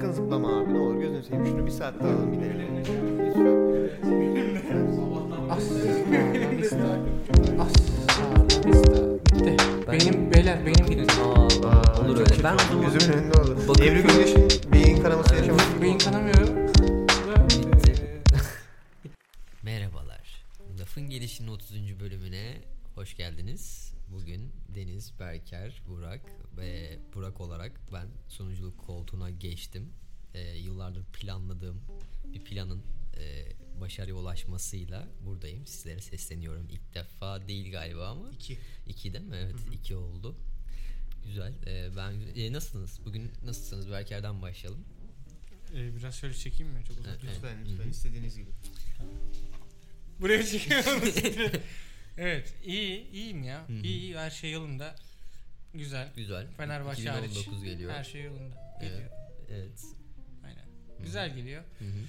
sakın zıplama abi. Ne olur gözünü seveyim. Şunu bir saat daha alalım gidelim. Benim gidiyor. Olur öyle. Ben o zaman Gözümün önünde olur. Evri Gündeş'in beyin kanaması yaşaması. Beyin kanamıyor. merhabalar. Lafın Gelişi'nin 30. bölümüne hoş geldiniz. Bugün Deniz, Berker, Burak ve Burak olarak ben sunuculuk koltuğuna geçtim. Yıllardır planladığım bir planın başarıya ulaşmasıyla buradayım. Sizlere sesleniyorum. İlk defa değil galiba ama. İki değil mi? Evet, Hı-hı. 2 oldu. Güzel. Nasılsınız? Bugün nasılsınız? Berker'den başlayalım. Biraz şöyle çekeyim mi? Çok uzun. Lütfen istediğiniz gibi. Buraya çekiyor musun? Evet, iyiyim ya. Hı-hı. İyi, her şey yolunda. Güzel. Fenerbahçe hariç. 2019 geliyor. Her şey yolunda. Geliyor. Evet. Aynen. Hı-hı. Güzel geliyor.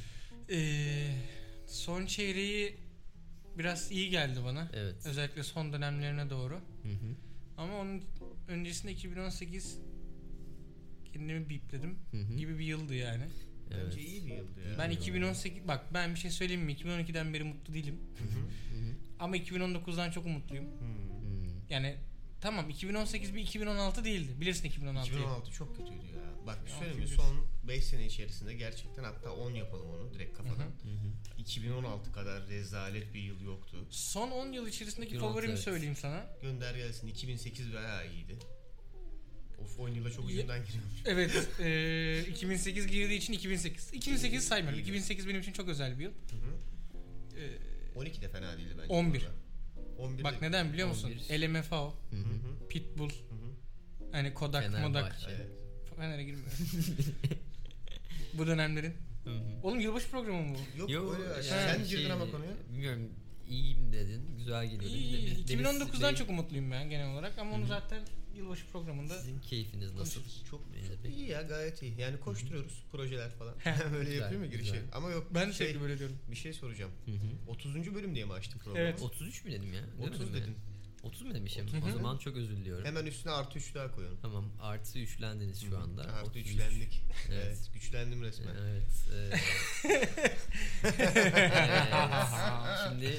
Son çeyreği biraz iyi geldi bana. Evet. Özellikle son dönemlerine doğru. Hı-hı. Ama onun öncesinde 2018 kendimi bipledim Hı-hı. gibi bir yıldı yani. Evet. Bence iyi bir yıldı ya. Ben 2018 bak ben bir şey söyleyeyim mi? 2012'den beri mutlu değilim. Ama 2019'dan çok umutluyum. Yani tamam 2018 bir 2016 değildi. Bilirsin 2016'yı. 2016 çok kötüydü ya. Bak söyleyeyim son 5 sene içerisinde gerçekten hatta 10 yapalım onu direkt kafadan. 2016 kadar rezalet bir yıl yoktu. Son 10 yıl içerisindeki 2016, favorimi evet. söyleyeyim sana. Gönder gelsin 2008 bayağı iyiydi. Of 10 yıla çok ucundan giriyormuş. Evet 2008 girdiği için 2008. 2008 saymıyorum. 2008 benim için çok özel bir yıl. 12 de fena değildi bence. 11. 11 Bak neden biliyor musun? 11. LMFAO, Pitbull, hani Kodak, Modak. Fenerbahçe. Evet. Fener'e girmiyor. Bu dönemlerin. Oğlum yılbaşı programı mı bu? Yok öyle sen girdin ama konuya. Bilmiyorum, iyiyim dedin, güzel geliyor. İyi. 2019'dan çok umutluyum ben genel olarak ama onu zaten yılbaşı programında. Sizin keyfiniz nasıl? Çok iyi ya, gayet iyi. Yani koşturuyoruz, projeler falan. Böyle Güzel, yapıyor mu girişi? güzel. Ama yok. Ben de sürekli böyle diyorum. Bir şey soracağım. 30. bölüm diye mi açtın programı? Evet. 33 mü dedim ya? 30 Demedim mi? dedin. 30 mu demişim? Hı hı. O zaman çok özür diliyorum. Hemen üstüne artı 3 daha koyalım. Tamam, artı üçlendiniz şu anda. Artı 33. üçlendik. Evet. Evet, güçlendim resmen. Evet. Şimdi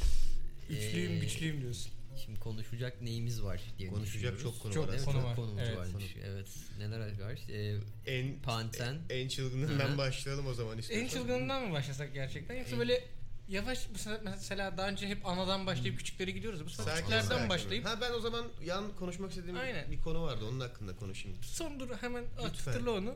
Güçlüyüm diyorsun. Şimdi konuşacak neyimiz var diye Konuşacak düşünüyoruz. çok konu Çok var. konu aslında. var. Konumuz Evet. varmış. Evet. Neler var? En Panten. En çılgınından başlayalım o zaman istiyorsan. En çılgınından mı başlasak gerçekten yoksa böyle yavaş mesela daha önce hep anadan başlayıp küçüklere gidiyoruz. Bu sefer küçüklerden başlayıp. Ha ben o zaman konuşmak istediğim Aynen. bir konu vardı. Onun hakkında konuşayım. Son dur hemen Lütfen. hatırla onu.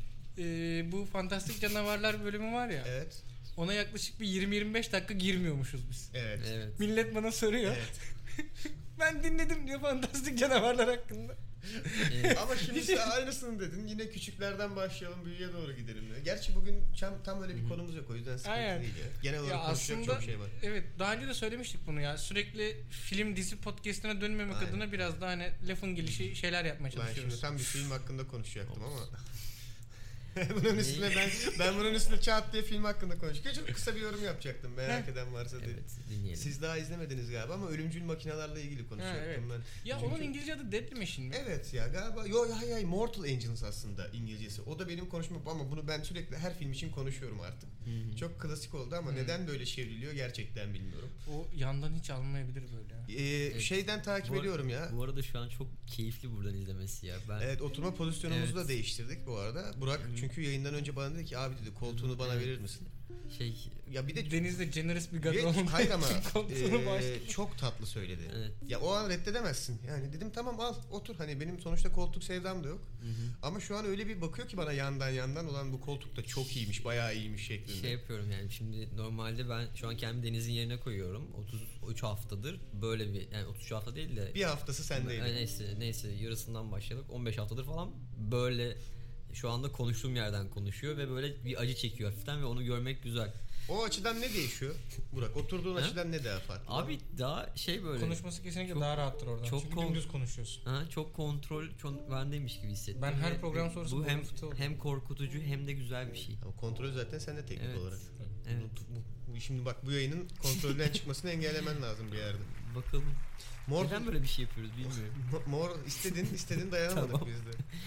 Bu Fantastik Canavarlar bölümü var ya. Evet. Ona yaklaşık bir 20-25 dakika girmiyormuşuz biz. Evet. Millet bana soruyor. Evet. Ben dinledim diyor Fantastik Canavarlar hakkında. Ama şimdi sen aynısını dedin. Yine küçüklerden başlayalım, büyüye doğru gidelim diye. Gerçi bugün tam öyle bir konumuz yok. O yüzden sıkıntı Aynen. değil ya. Genel olarak Ya konuşacak aslında, çok şey var. Evet, daha önce de söylemiştik bunu ya. Sürekli film dizi podcast'ine dönmemek Aynen. adına biraz daha hani lafın gelişi şeyler yapmaya Ben çalışıyoruz. şimdi tam bir film hakkında konuşacaktım ama. bunun üstüne ben bunun üstüne çat diye film hakkında konuşacağım. Çok kısa bir yorum yapacaktım merak eden varsa diye. Evet, dinleyelim. Siz daha izlemediniz galiba ama ölümcül makinelerle ilgili konuşacaktım evet. ben. Ya Çünkü- onun İngilizce adı Deadly Machine mi? Evet ya galiba hayır Mortal Engines aslında İngilizcesi. O da benim konuşmam ama bunu ben sürekli her film için konuşuyorum artık. Çok klasik oldu ama neden böyle çevriliyor gerçekten bilmiyorum. O yandan hiç alınmayabilir böyle ya. Evet. Şeyden takip ediyorum ya. Bu arada şu an çok keyifli buradan izlemesi ya. Evet, oturma pozisyonumuzu da Evet. değiştirdik bu arada. Burak çünkü yayından önce bana dedi ki abi dedi koltuğunu bana verir misin? Ya bir de Deniz'de generous bir kadın oldu. hayır ama Koltuğunu başlıyor. çok tatlı söyledi. Evet. Ya o an reddedemezsin. Yani dedim tamam al otur. Hani benim sonuçta koltuk sevdam da yok. Ama şu an öyle bir bakıyor ki bana yandan olan bu koltuk da çok iyiymiş, bayağı iyiymiş şeklinde. Şey yapıyorum yani şimdi normalde ben şu an kendimi Deniz'in yerine koyuyorum. 33 haftadır böyle bir yani 33 hafta değil de Bir haftası sendeydi. neyse yarısından başladık. 15 haftadır falan böyle şu anda konuştuğum yerden konuşuyor ve böyle bir acı çekiyor hafiften ve onu görmek güzel. O açıdan ne değişiyor Burak? Oturduğun açıdan ne daha farklı? Abi daha şey böyle Konuşması kesinlikle çok- daha rahattır oradan. çok Çünkü dümdüz konuşuyorsun. çok kontrol bendeymiş gibi hissettim. Ben her Ve program sonrası bu burun fıtığı oldum. hem korkutucu hem de güzel bir şey. Ama kontrol zaten sende teknik Evet. olarak. Evet. Şimdi bak bu yayının kontrolden çıkmasını engellemen lazım bir yerde. Bakalım. Mortal, Neden böyle bir şey yapıyoruz bilmiyorum. istedin dayanamadık Tamam. biz de.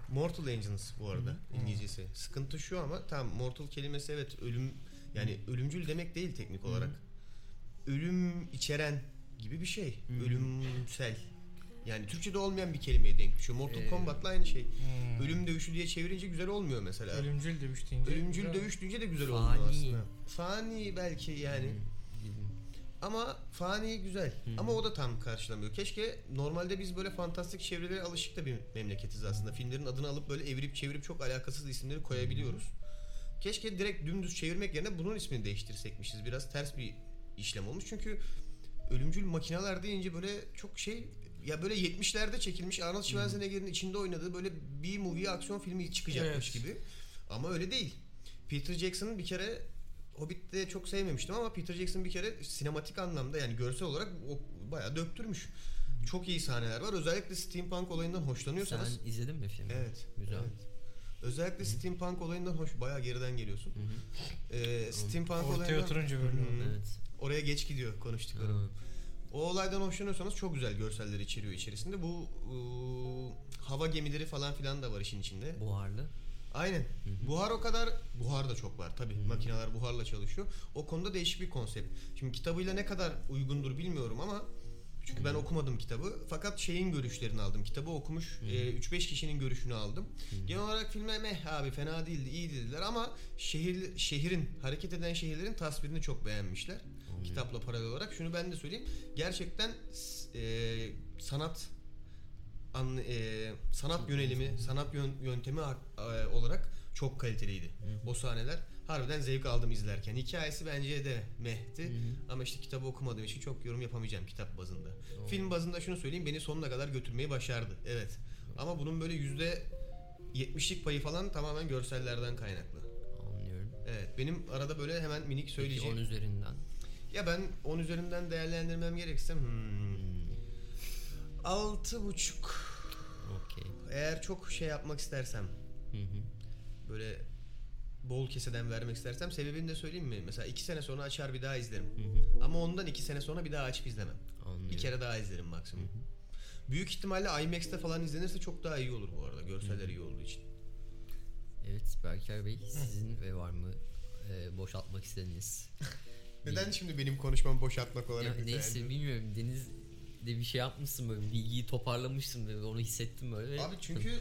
Mortal Engines bu arada İngilizcesi. Sıkıntı şu ama tam mortal kelimesi evet ölüm yani ölümcül demek değil teknik olarak. Ölüm içeren gibi bir şey. Ölümsel. Yani Türkçe'de olmayan bir kelimeye denk düşüyor. Mortal Kombat'la aynı şey. Ölüm dövüşü diye çevirince güzel olmuyor mesela. Ölümcül dövüş deyince. Ölümcül dövüş deyince de güzel olmuyor aslında. Fani belki yani. Ama fani güzel. Ama o da tam karşılamıyor. Keşke normalde biz böyle fantastik çevrelere alışık da bir memleketiz aslında. Filmlerin adını alıp böyle evirip çevirip çok alakasız isimleri koyabiliyoruz. Keşke direkt dümdüz çevirmek yerine bunun ismini değiştirsekmişiz. Biraz ters bir işlem olmuş. Çünkü ölümcül makineler deyince böyle çok şey ya böyle 70'lerde çekilmiş Arnold Schwarzenegger'in içinde oynadığı böyle B-movie aksiyon filmi çıkacakmış gibi. Ama öyle değil. Peter Jackson'ın bir kere Hobbit'te çok sevmemiştim ama Peter Jackson bir kere sinematik anlamda yani görsel olarak bayağı döktürmüş. Çok iyi sahneler var. Özellikle steampunk olayından hoşlanıyorsanız. Sen izledin mi filmi? Evet. Güzel. Evet. Özellikle steampunk olayından bayağı geriden geliyorsun. Steampunk ortaya olayından oturunca böyle oldu. Evet. oraya geç gidiyor konuştuklarım. O olaydan hoşlanıyorsanız çok güzel görseller içeriyor içerisinde. Bu hava gemileri falan filan da var işin içinde. Buharlı. Aynen. Buhar o kadar, buhar da çok var tabii. Makineler buharla çalışıyor. O konuda değişik bir konsept. Şimdi kitabıyla ne kadar uygundur bilmiyorum ama çünkü ben okumadım kitabı. Fakat şeyin görüşlerini aldım. Kitabı okumuş 3-5 kişinin görüşünü aldım. Genel olarak filme abi fena değildi, iyi dediler ama şehrin, hareket eden şehirlerin tasvirini çok beğenmişler. Kitapla paralel olarak. Şunu ben de söyleyeyim. Gerçekten sanat yönelimi, sanat yöntemi olarak çok kaliteliydi. O sahneler harbiden zevk aldım izlerken. Hikayesi bence de mehti. Ama işte kitabı okumadığım için çok yorum yapamayacağım kitap bazında. Film bazında şunu söyleyeyim, beni sonuna kadar götürmeyi başardı. Evet. Ama bunun böyle %70'lik payı falan tamamen görsellerden kaynaklı. Anlıyorum. Evet. Benim arada böyle hemen minik söyleyeceğim. Peki 10 üzerinden? Ya ben 10 üzerinden değerlendirmem gerekirse 6,5. Okey. Eğer çok şey yapmak istersem böyle bol keseden vermek istersem sebebini de söyleyeyim mi? Mesela 2 sene sonra açar bir daha izlerim. Ama ondan 2 sene sonra bir daha açıp izlemem. Anlıyorum. Bir kere daha izlerim maksimum. Büyük ihtimalle IMAX'te falan izlenirse çok daha iyi olur bu arada. Görseller iyi olduğu için. Evet Berker Bey, sizin ve var mı boşaltmak istediğiniz? Neden şimdi benim konuşmamı boşaltmak olarak? Neyse bilmiyorum. Deniz de bir şey yapmışsın böyle, bilgiyi toparlamışsın böyle, onu hissettim böyle. Abi çünkü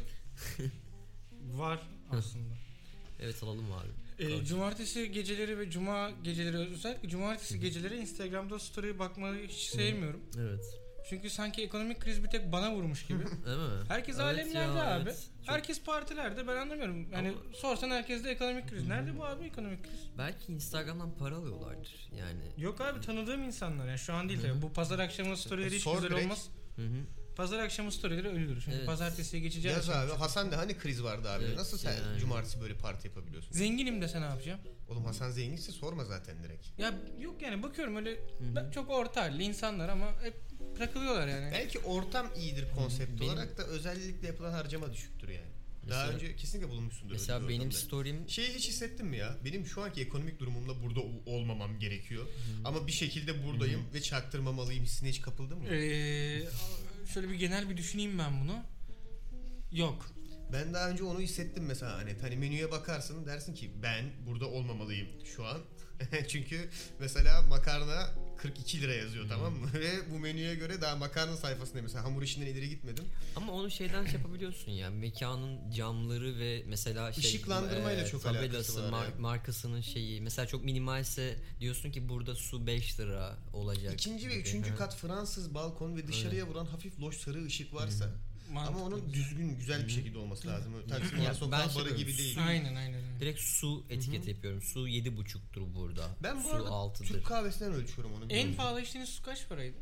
Var aslında. Evet alalım abi. Cumartesi geceleri ve cuma geceleri, özellikle cumartesi geceleri Instagram'da story'e bakmayı hiç sevmiyorum. Evet. Çünkü sanki ekonomik kriz bir tek bana vurmuş gibi. Değil mi? Herkes Evet alemlerde ya, abi. evet. Herkes partilerde, ben anlamıyorum. Yani sorsan herkeste ekonomik kriz. Nerede bu abi ekonomik kriz? Belki Instagram'dan para alıyorlardır yani. Yok abi, tanıdığım insanlar. Yani şu an değil tabii. Bu pazar akşamı storyleri hiç Sor güzel direkt. olmaz. Pazar akşamı storyleri ölüdür. Çünkü Evet. pazartesiye geçeceğiz. yaz abi Hasan da hani kriz vardı abi. Evet, Nasıl sen yani. cumartesi böyle parti yapabiliyorsun? Zenginim dese ne yapacağım? Oğlum Hasan zenginse sorma zaten direkt. Ya yok yani, bakıyorum öyle çok orta halli insanlar ama hep takılıyorlar yani. Belki ortam iyidir konsept olarak da özellikle yapılan harcama düşüktür yani. Daha Mesela- önce kesinlikle bulunmuşsundur. Mesela öyle bir benim ortamda. story'im Şeyi hiç hissettin mi ya? Benim şu anki ekonomik durumumla burada olmamam gerekiyor. Ama bir şekilde buradayım ve çaktırmamalıyım hissine hiç kapıldın mı? Şöyle bir genel bir düşüneyim ben bunu. Yok. Ben daha önce onu hissettim mesela hani menüye bakarsın dersin ki ben burada olmamalıyım şu an. Çünkü mesela makarna 42 lira yazıyor tamam mı? Ve bu menüye göre daha makarna sayfasında mesela hamur işinden ileri gitmedim. ama onu şeyden yapabiliyorsun ya, mekanın camları ve mesela Işıklandırmayla çok tabelası, alakası var ya. markasının şeyi mesela çok minimalse diyorsun ki burada su 5 lira olacak. İkinci ve gibi. üçüncü Ha. kat Fransız balkon ve dışarıya vuran hafif loş sarı ışık varsa ama Mantıklı. onun düzgün güzel bir şekilde olması lazım. Taksim Ya Sokak ben barı şey gibi değil. Aynen. Direkt su etiketi yapıyorum. Su 7,5'tur burada. Ben bu su arada 6'dır. Türk kahvesinden ölçüyorum onu. En biliyorum. pahalı içtiğiniz su kaç paraydı?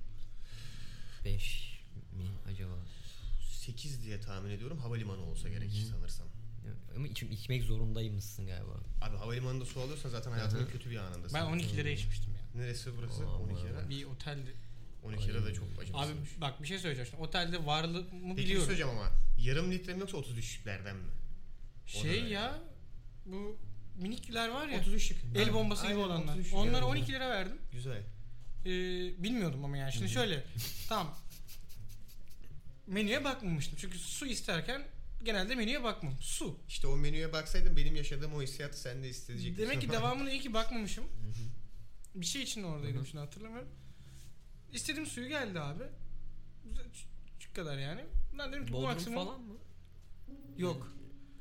5 mi acaba? 8 diye tahmin ediyorum. Havalimanı olsa gerek sanırsam. Ama içmek zorundaymışsın galiba. Abi havalimanında su alıyorsan zaten hayatının kötü bir anındasın. Ben 12 lira içmiştim ya. Neresi burası? Aa, 12 lira. Bir oteldi. 12 lira da çok Abi acımasızmış. bak bir şey söyleyeceğim şimdi. Otelde varlığımı Peki bir biliyorum. söyleyeceğim ama yarım litre mi yoksa 33'lüklerden mi? Şey ya, bu minikler var ya. 33'lük. El bombası gibi Aynen, olanlar. 33'lük. Onlara Evet. 12 lira verdim. Güzel. Bilmiyordum ama yani. Şimdi şöyle. Tamam. Menüye bakmamıştım. Çünkü su isterken genelde menüye bakmam. Su. İşte o menüye baksaydın benim yaşadığım o hissiyatı sen de isteyecektin. Demek ki devamını iyi ki bakmamışım. Bir şey için oradaydım, şimdi hatırlamıyorum. İstediğim suyu geldi abi. Şu kadar yani. Ben dedim ki bu Bodrum maksimum. falan mı? Yok.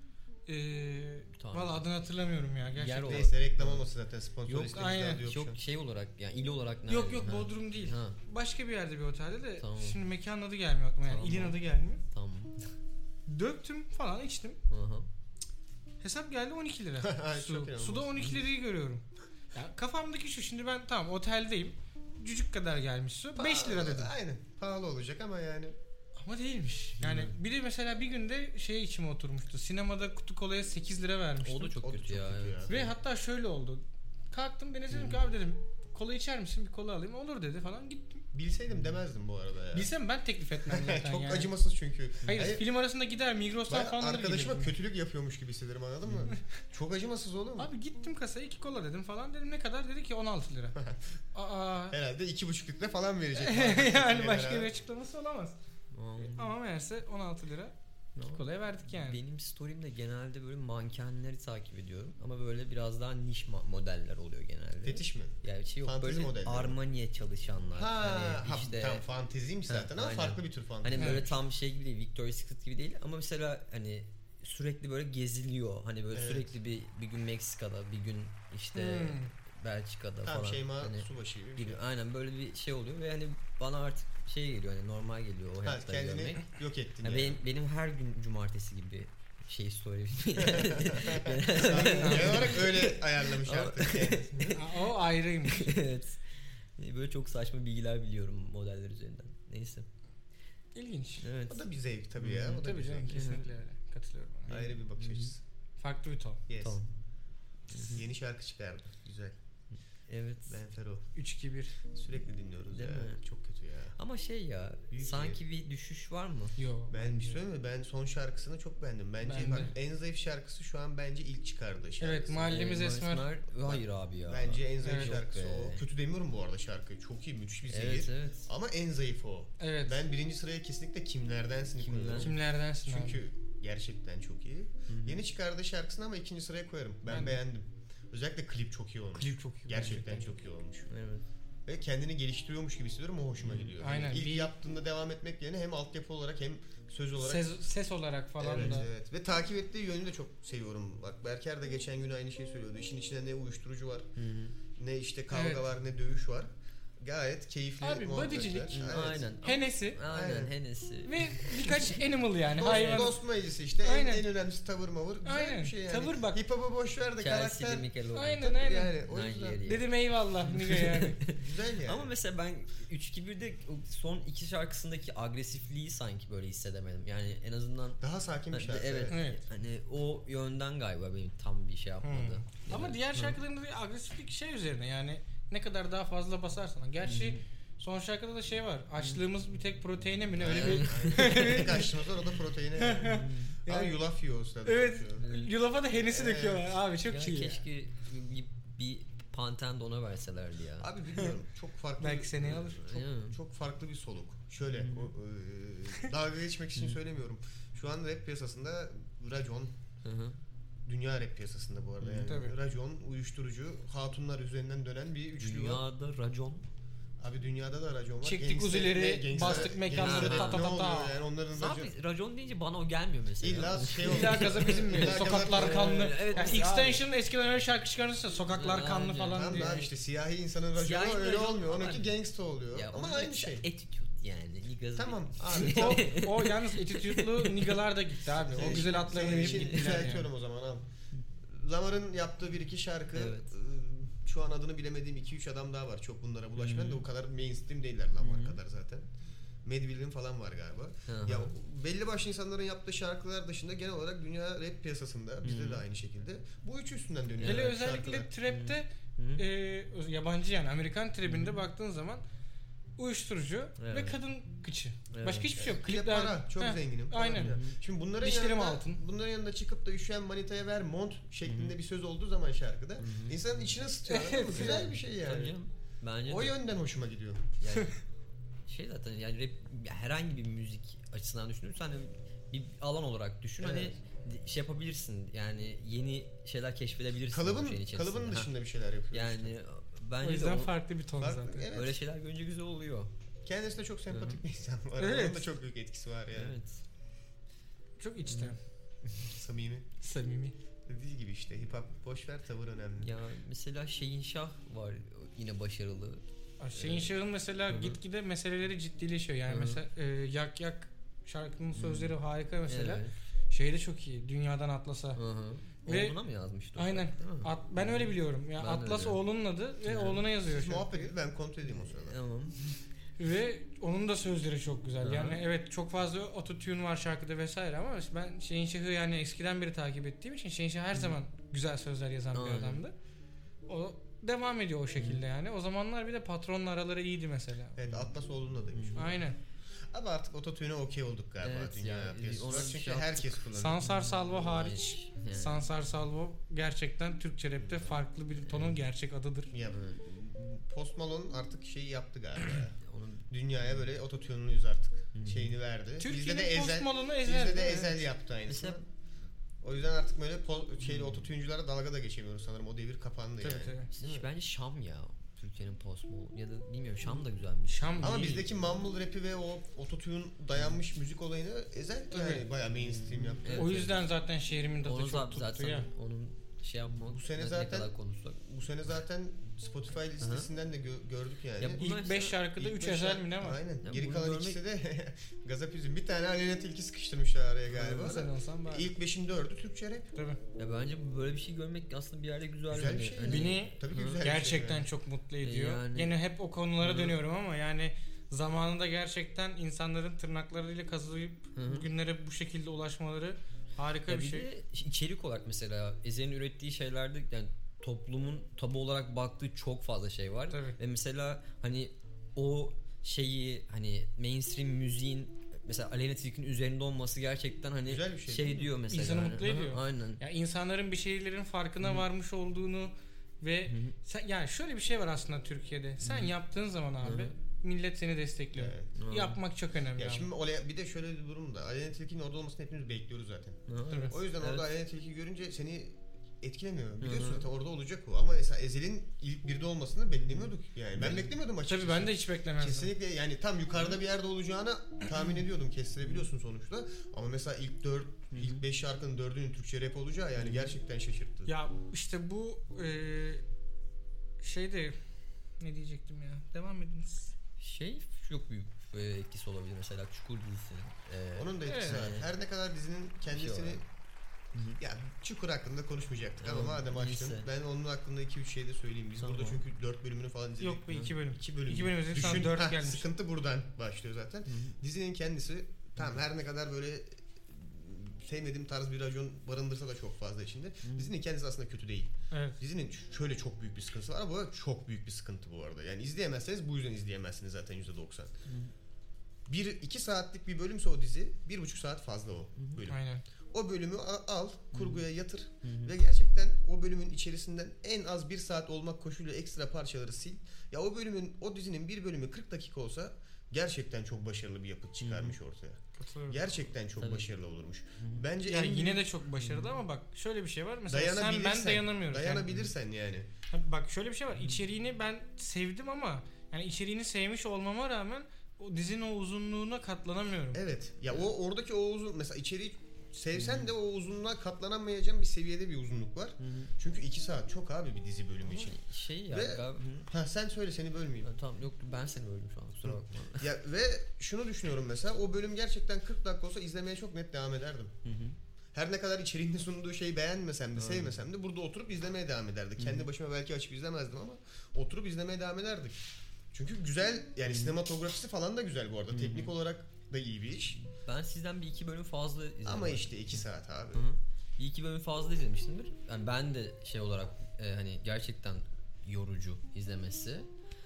Tamam. Valla adını hatırlamıyorum ya gerçekten. Yer olarak. Neyse reklam olması zaten sponsor Yok, istediğimiz aynen. adı yok şu Yok an. şey olarak yani il olarak nerede? Yok Ha, Bodrum değil. Ha, Başka bir yerde bir otelde de Tamam. şimdi mekanın adı gelmiyor aklıma, yani Tamam. ilin adı gelmiyor. tamam. Döktüm falan, içtim. Aha. Hesap geldi 12 lira. Ay, çok Su. inanılmaz. Suda 12 lirayı görüyorum. Ya kafamdaki şu, şimdi ben tamam oteldeyim. Cücük kadar gelmiş su. 5 lira dedim. Aynen. Pahalı olacak ama yani. Ama değilmiş. Yani bir de mesela bir günde şey içime oturmuştu. Sinemada kutu kolaya 8 lira vermiştim. O da çok O da kötü çok ya. kötü Evet. ya. Ve hatta şöyle oldu. Kalktım, Deniz'e dedim ki abi dedim kola içer misin, bir kola alayım. Olur dedi falan, gittim. Bilseydim demezdim bu arada ya. Bilsem ben teklif etmem zaten Çok yani. acımasız çünkü. Hayır, film arasında gider Migros'tan Ben falan alır arkadaşıma giderdim. kötülük yapıyormuş gibi hissederim, anladın mı? Çok acımasız oğlum. Abi gittim kasaya 2 kola dedim falan, dedim ne kadar, dedi ki 16 lira. Aa. Herhalde 2,5 litre falan verecek. Yani başka bir açıklaması olamaz. Aa. Ama meğerse 16 lira. No. Kolaya verdik yani. Benim story'imde genelde böyle mankenleri takip ediyorum ama böyle biraz daha niş modeller oluyor genelde. Fetiş mi? Yani şey yok, Fantezi böyle modelleri. Armani'ye çalışanlar. Ha, hani işte tam fanteziymiş zaten ama aynen. farklı bir tür fantezi. Hani böyle tam şey gibi değil, Victoria's Secret gibi değil ama mesela hani sürekli böyle geziliyor. Hani böyle Evet. sürekli bir gün Meksika'da, bir gün işte Belçika'da Tam falan. Şeyma hani Subaşı gibi. gibi. Aynen böyle bir şey oluyor ve hani bana artık şey geliyor, hani normal geliyor o Ha, hayatları kendini görmek. yok ettin Yani yani. benim her gün cumartesi gibi şey story. Genel olarak öyle ayarlamış artık. Yani. O ayrıymış. Evet. Böyle çok saçma bilgiler biliyorum modeller üzerinden. Neyse. İlginç. Evet. O da bir zevk tabii ya. O da Tabii bir canım, zevk. kesinlikle öyle. Katılıyorum. Ayrı bir bakış açısı. Farklı bir ton. Yes. Tamam. Yeni şarkı çıkardı. Güzel. Evet. Ben Fero. 3-2-1. Sürekli dinliyoruz Değil ya. mi? Çok kötü ya. Ama şey ya, Büyük sanki bir düşüş var mı? Yo. Ben bir şey söyleyeyim mi? Ben son şarkısını çok beğendim. Bence Ben bak de. en zayıf şarkısı şu an bence ilk çıkardığı şarkısı. Evet, Mahallemiz Esmer. Hayır abi ya. Bence en zayıf Evet. şarkısı Yok be. o. Kötü demiyorum bu arada şarkıyı. Çok iyi, müthiş bir seyir. Evet evet. Ama en zayıf o. Evet. Ben birinci sıraya kesinlikle Kimlerdensin koyuyorum. Kimlerdensin abi? Çünkü gerçekten çok iyi. Hı-hı. Yeni çıkardığı şarkısını ama ikinci sıraya koyarım. Ben beğendim. Özellikle klip çok iyi olmuş. Klip çok iyi. Gerçekten çok iyi olmuş. Evet. Ve kendini geliştiriyormuş gibi hissediyorum, o hoşuma gidiyor. Aynen. Yani ilk Bir- yaptığında devam etmek yerine hem altyapı olarak hem söz olarak. Ses olarak falan Evet, da. evet. Ve takip ettiği yönünü de çok seviyorum. Bak Berker de geçen gün aynı şeyi söylüyordu. İşin içinde ne uyuşturucu var, Hı-hı. ne işte kavga Evet. var, ne dövüş var. Gayet keyifli Abi, muhabbetler. bodycilik. Evet. Aynen. Henesi Aynen Aynen. Hennessy. ve birkaç animal yani. Dost, Hayvan. dost meclisi işte. Aynen. En önemlisi tavır mavır. Güzel Aynen. bir şey yani. Tavır bak. Hip hop'u boş ver de Chelsea'de karakter. Nickelodeon. Aynen aynen. Yani o yüzden. Nigeria. Dedim eyvallah Niga yani. Güzel yani. Ama mesela ben 3-2-1'de son iki şarkısındaki agresifliği sanki böyle hissedemedim. Yani en azından Daha sakin bir şarkı. evet, Evet. hani o yönden galiba benim tam bir şey yapmadı. Ama Evet. diğer şarkılarında da agresiflik şey üzerine, yani ne kadar daha fazla basarsan. Gerçi son şarkıda da şey var. Açlığımız bir tek proteine mi ne, öyle bir. Tek açtığımız var, o da proteine. Ama Yani- yulaf yiyor o sırada. Evet. çünkü. Yulafa da henesi Evet. döküyorlar. Abi çok Ya iyi. Ya. keşke bir Panten de ona verselerdi ya. Abi bilmiyorum, çok farklı. Belki seneye alır. Değil mi? Çok farklı bir soluk. Şöyle, dalga geçmek için söylemiyorum. Şu an rap piyasasında racon, Hı hı. dünya rap piyasasında bu arada yani. Tabii. Racon, uyuşturucu, hatunlar üzerinden dönen bir üçlü var. Dünyada racon. Abi dünyada da racon var. Çektik Gangster- uzileri, gangster- bastık mekanları, gangster ta rap ta ne ta ta. oluyor yani, onların racon. Abi racon deyince bana o gelmiyor mesela. İlla şey oluyor. İlla gaza bizim mi? İlla Sokaklar gaza- kanlı. Evet, Yani mesela Extension eskiden öyle şarkı çıkarırsa sokaklar Ya, kanlı abi, falan Tamam diye. da abi işte siyahi insanın raconu Siyahi öyle racon olmuyor. ama- Onunki gangsta oluyor. Ya Ama onun aynı mesela şey. Attitude yani. Niggas Tamam değil. abi. O yalnız attitude'lu nigalar da gitti abi. O güzel atlarını Senin verip için gittiler düzeltiyorum yani. o zaman abi. Lamar'ın yaptığı bir iki şarkı, Evet. şu an adını bilemediğim 2-3 adam daha var. Çok bunlara bulaşmayan da o kadar mainstream değiller Lamar kadar zaten. Medville'in falan var galiba. Hı hı. Ya belli başlı insanların yaptığı şarkılar dışında genel olarak dünya rap piyasasında bizde de aynı şekilde bu üç üstünden dönüyor. Hele yani özellikle şarkılar. trap'te Hı. yabancı yani Amerikan trap'inde baktığın zaman uyuşturucu Evet. ve kadın kıçı. Evet. Başka hiçbir şey yok. Bir de Klipler para, çok Heh, zenginim. falan Aynen. filan. Şimdi bunların Dişlerim yanında, altın. bunların yanında çıkıp da üşüyen manitaya ver mont şeklinde bir söz olduğu zaman şarkıda insanın içine ısıtıyor. anladın mı? Güzel bir şey Tabii yani. canım. Bence O de. yönden hoşuma gidiyor. Yani şey zaten yani rap herhangi bir müzik açısından düşünürsen hani bir alan olarak düşün. Evet. Hani şey yapabilirsin. Yani yeni şeyler keşfedebilirsin. Kalıbın dışında bir şeyler yapıyor. Yani işte. O bence de yüzden farklı bir ton zaten. Evet. öyle şeyler görünce güzel oluyor. Kendisi de çok sempatik bir insan var. Evet. Onun da çok büyük etkisi var yani. Evet. Çok içten. Samimi. Samimi. Dediği gibi işte hip hop boş ver, tavır önemli. Ya mesela Şehinşah var yine başarılı. Şeyin Şah'ın mesela gitgide meseleleri ciddileşiyor. Yani mesela Yak Yak şarkının sözleri harika mesela. Evet. Şey de çok iyi. Dünyadan Atlas'a. Ve Oğluna mı yazmıştı? aynen. Ben öyle biliyorum. Ya Ben de Atlas öyle. oğlunun adı ve oğluna yazıyor. Siz şu an. muhabbet edin, ben kontrol edeyim o sırada. Tamam. Ve onun da sözleri çok güzel. Aha. Yani evet çok fazla ototune var şarkıda vesaire ama ben Şeyin Şah'ı yani eskiden beri takip ettiğim için Şeyin Şah her zaman güzel sözler yazan bir Aynen. adamdı. O devam ediyor o şekilde yani. O zamanlar bir de patronla araları iyiydi mesela. Evet, Atlas oğlunun adıymış. Aynen. Ama artık ototune'e okey olduk galiba Evet dünya ya, piyasasında. onu Çünkü şey herkes kullanıyor. Sansar Salvo hariç. Yani. Sansar Salvo gerçekten Türkçe rapte farklı bir tonun gerçek adıdır. Ya, Post Malone artık şeyi yaptı galiba. Onun Dünyaya böyle ototune'luyuz artık. Şeyini verdi. Türkiye'nin Post Malone'u Bizde ezer. de Ezel yaptı aynısını. Mesela- O yüzden artık böyle ototune'culara dalga da geçemiyoruz sanırım. O devir kapandı Tabii, yani. tabii. Değil mi? bence Şam ya. Türkiye'nin Post Malone ya da bilmiyorum Şam da güzelmiş. Şam Ama değil. bizdeki mumble rap'i ve o ototune dayanmış müzik olayını Ezel yani Evet. bayağı mainstream yaptı. Evet. O yüzden zaten şehrimin tadı Onu çok tuttu zaten ya. onun şey yapmak Bu sene ne zaten- kadar konuşsak. Bu sene zaten Spotify listesinden de gördük yani. Ya bu- İlk 5 şarkıda İlk 3 beş ezel mi ne var? Aynen. Ya Geri bunu kalan görmek- ikisi de Gazap Üzüm. Bir tane Aleyna Tilki sıkıştırmışlar araya galiba. Sen olsan bari. İlk 5'in 4'ü Türkçe rap. Tabii. Ya bence böyle bir şey görmek aslında bir yerde güzel. Güzel bir Hani- şey. hani- Beni Tabii ki güzel bir gerçekten şey çok mutlu ediyor. Yani- Yine hep o konulara dönüyorum ama yani zamanında gerçekten insanların tırnaklarıyla kazıyıp bugünlere bu şekilde ulaşmaları harika Ya bir bir şey. de içerik olarak mesela Ezel'in ürettiği şeylerde yani toplumun tabu olarak baktığı çok fazla şey var. Tabii. Ve mesela hani o şeyi hani mainstream müziğin mesela Aleyna Tilki'nin üzerinde olması gerçekten hani Güzel bir şey, değil mi? diyor mesela. İnsanı hani. mutlu Hı hı, ediyor. Aynen. Ya insanların bir şeylerin farkına varmış olduğunu ve yani şöyle bir şey var aslında Türkiye'de. Sen yaptığın zaman abi millet seni destekliyor. Evet. Yapmak çok önemli. Ya abi. şimdi oraya bir de şöyle bir durum da Aleyna Tilki'nin orada olmasını hepimiz bekliyoruz zaten. Tabii. O yüzden Evet. orada Aleyna Tilki görünce seni etkilemiyor. Biliyorsun zaten orada olacak o. Ama mesela Ezel'in ilk birde olmasını beklemiyorduk. Yani ben beklemiyordum açıkçası. Tabii ben de hiç beklemezdim. Kesinlikle yani tam yukarıda bir yerde olacağını tahmin ediyordum. Kestirebiliyorsun sonuçta. Ama mesela ilk 5 şarkının 4'ünün Türkçe rap olacağı yani gerçekten şaşırttı. Ya işte bu şeyde ne diyecektim ya? Devam ediniz. Şey çok büyük etkisi olabilir mesela Çukur dizisinin. Onun da etkisi Evet. var. Her ne kadar dizinin kendisini ya Çukur hakkında konuşmayacaktık ama madem açtın neyse. ben onun hakkında 2-3 şey de söyleyeyim. Biz Tamam. burada çünkü 4 bölümünü falan izledik. Yok be 2 bölüm. 2 bölüm. 2 bölüm izledik, şu an Düşün, 4 gelmiş. sıkıntı buradan başlıyor zaten. Dizinin kendisi tamam her ne kadar böyle sevmediğim tarz bir racon barındırsa da çok fazla içinde. Dizinin kendisi aslında kötü değil. Evet. Dizinin şöyle çok büyük bir sıkıntısı var ama bu arada çok büyük bir sıkıntı bu arada. Yani izleyemezseniz bu yüzden izleyemezsiniz zaten %90. 1-2 saatlik bir bölümse o dizi 1,5 saat fazla o bölüm. Aynen. O bölümü al, kurguya yatır ve gerçekten o bölümün içerisinden en az 1 saat olmak koşuluyla ekstra parçaları sil. Ya o dizinin bir bölümü 40 dakika olsa gerçekten çok başarılı bir yapıt çıkarmış ortaya. Katılıyorum. Gerçekten çok Tabii. başarılı olurmuş. Bence Yani en yine de çok başarılı ama bak şöyle bir şey var. Mesela sen dayanabilirsen, ben dayanamıyoruz. Dayanabilirsen yani. Yani, bak şöyle bir şey var. İçeriğini ben sevdim ama yani içeriğini sevmiş olmama rağmen o dizinin o uzunluğuna katlanamıyorum. Evet. Ya oradaki o uzun mesela içeriği sevsen de o uzunluğa katlanamayacağın bir seviyede bir uzunluk var. Çünkü 2 saat çok abi bir dizi bölümü için. Şey ya Ve- Sen söyle seni bölmeyeyim. tamam yok ben seni böldüm şu an kusura bakma. Ya ve şunu düşünüyorum mesela o bölüm gerçekten 40 dakika olsa izlemeye çok net devam ederdim. Her ne kadar içeriğinde sunduğu şeyi beğenmesem de sevmesem de burada oturup izlemeye devam ederdik. Kendi başıma belki açıp izlemezdim ama oturup izlemeye devam ederdik. Çünkü güzel yani sinematografisi falan da güzel bu arada. Teknik olarak da iyi bir iş. Ben sizden bir 2 bölüm fazla izledim. Ama işte 2 saat abi. Bir 2 bölüm fazla izlemiştimdir. Yani ben de şey olarak hani gerçekten yorucu izlemesi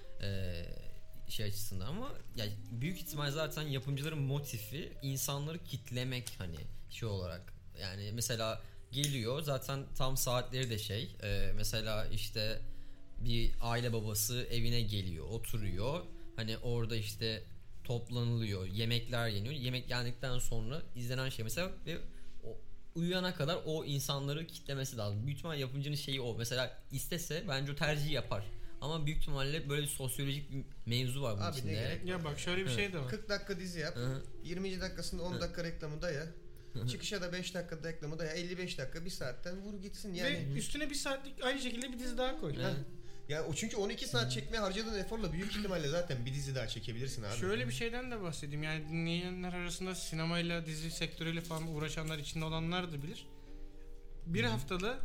şey açısından ama yani büyük ihtimal zaten yapımcıların motifi insanları kitlemek hani şey olarak yani mesela geliyor zaten tam saatleri de şey mesela işte bir aile babası evine geliyor oturuyor hani orada işte toplanılıyor. Yemekler yeniyor. Yemek yendikten sonra izlenen şey mesela ve uyuyana kadar o insanları kitlemesi lazım. Büyük ihtimalle yapımcının şeyi o. Mesela istese bence o tercihi yapar. Ama büyük ihtimalle böyle bir sosyolojik bir mevzu var bunun Abi içinde. ne gerek Ya bak şöyle bir şey de var. 40 dakika dizi yap. 20. dakikasında 10 dakika reklamı daya. Çıkışa da 5 dakika reklamı daya. 55 dakika 1 saatten vur gitsin yani. Ve üstüne 1 saatlik aynı şekilde bir dizi daha koy. Ya o çünkü 12 saat çekmeye harcadığın eforla büyük ihtimalle zaten bir dizi daha çekebilirsin abi. Şöyle bir şeyden de bahsedeyim. Yani dinleyenler arasında sinemayla, dizi sektörüyle falan uğraşanlar, içinde olanlar da bilir. Bir haftada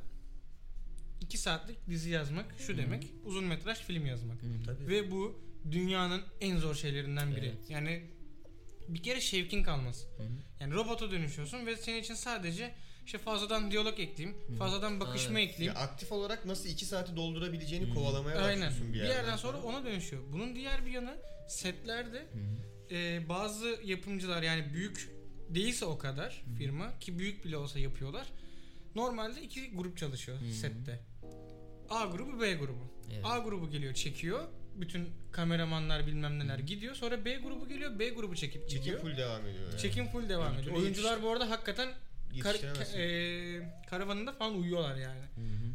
2 saatlik dizi yazmak şu demek. Uzun metraj film yazmak. Tabii. Ve bu dünyanın en zor şeylerinden biri. Evet. Yani bir kere şevkin kalmaz. Yani robota dönüşüyorsun ve senin için sadece işte fazladan diyalog ekleyeyim, fazladan bakışma ekleyeyim. Ya aktif olarak nasıl 2 saati doldurabileceğini kovalamaya başlıyorsun Aynen. bir Bir yerden sonra ona dönüşüyor. Bunun diğer bir yanı setlerde bazı yapımcılar, yani büyük değilse o kadar firma, ki büyük bile olsa yapıyorlar. Normalde 2 grup çalışıyor sette. A grubu, B grubu. Evet. A grubu geliyor, çekiyor. Bütün kameramanlar bilmem neler gidiyor. Sonra B grubu geliyor. B grubu çekip Çekim gidiyor. full devam ediyor. Yani. Çekim full devam ediyor. Oyuncular bu arada hakikaten Yetiştiremezsin. karavanında falan uyuyorlar yani.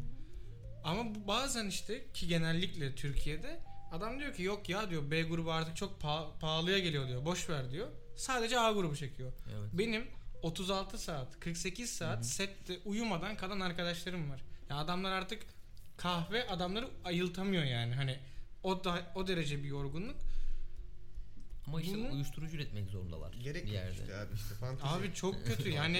Ama bu bazen işte, ki genellikle Türkiye'de adam diyor ki yok ya diyor, B grubu artık çok pahalıya geliyor diyor. Boş ver diyor. Sadece A grubu çekiyor. Evet. Benim 36 saat, 48 saat sette uyumadan kalan arkadaşlarım var. Ya adamlar artık kahve adamları ayıltamıyor yani. Hani o derece bir yorgunluk. Ama işte Bunu- uyuşturucu üretmek zorundalar Gerek bir yok yerde. işte abi işte fantezi. Abi çok kötü yani.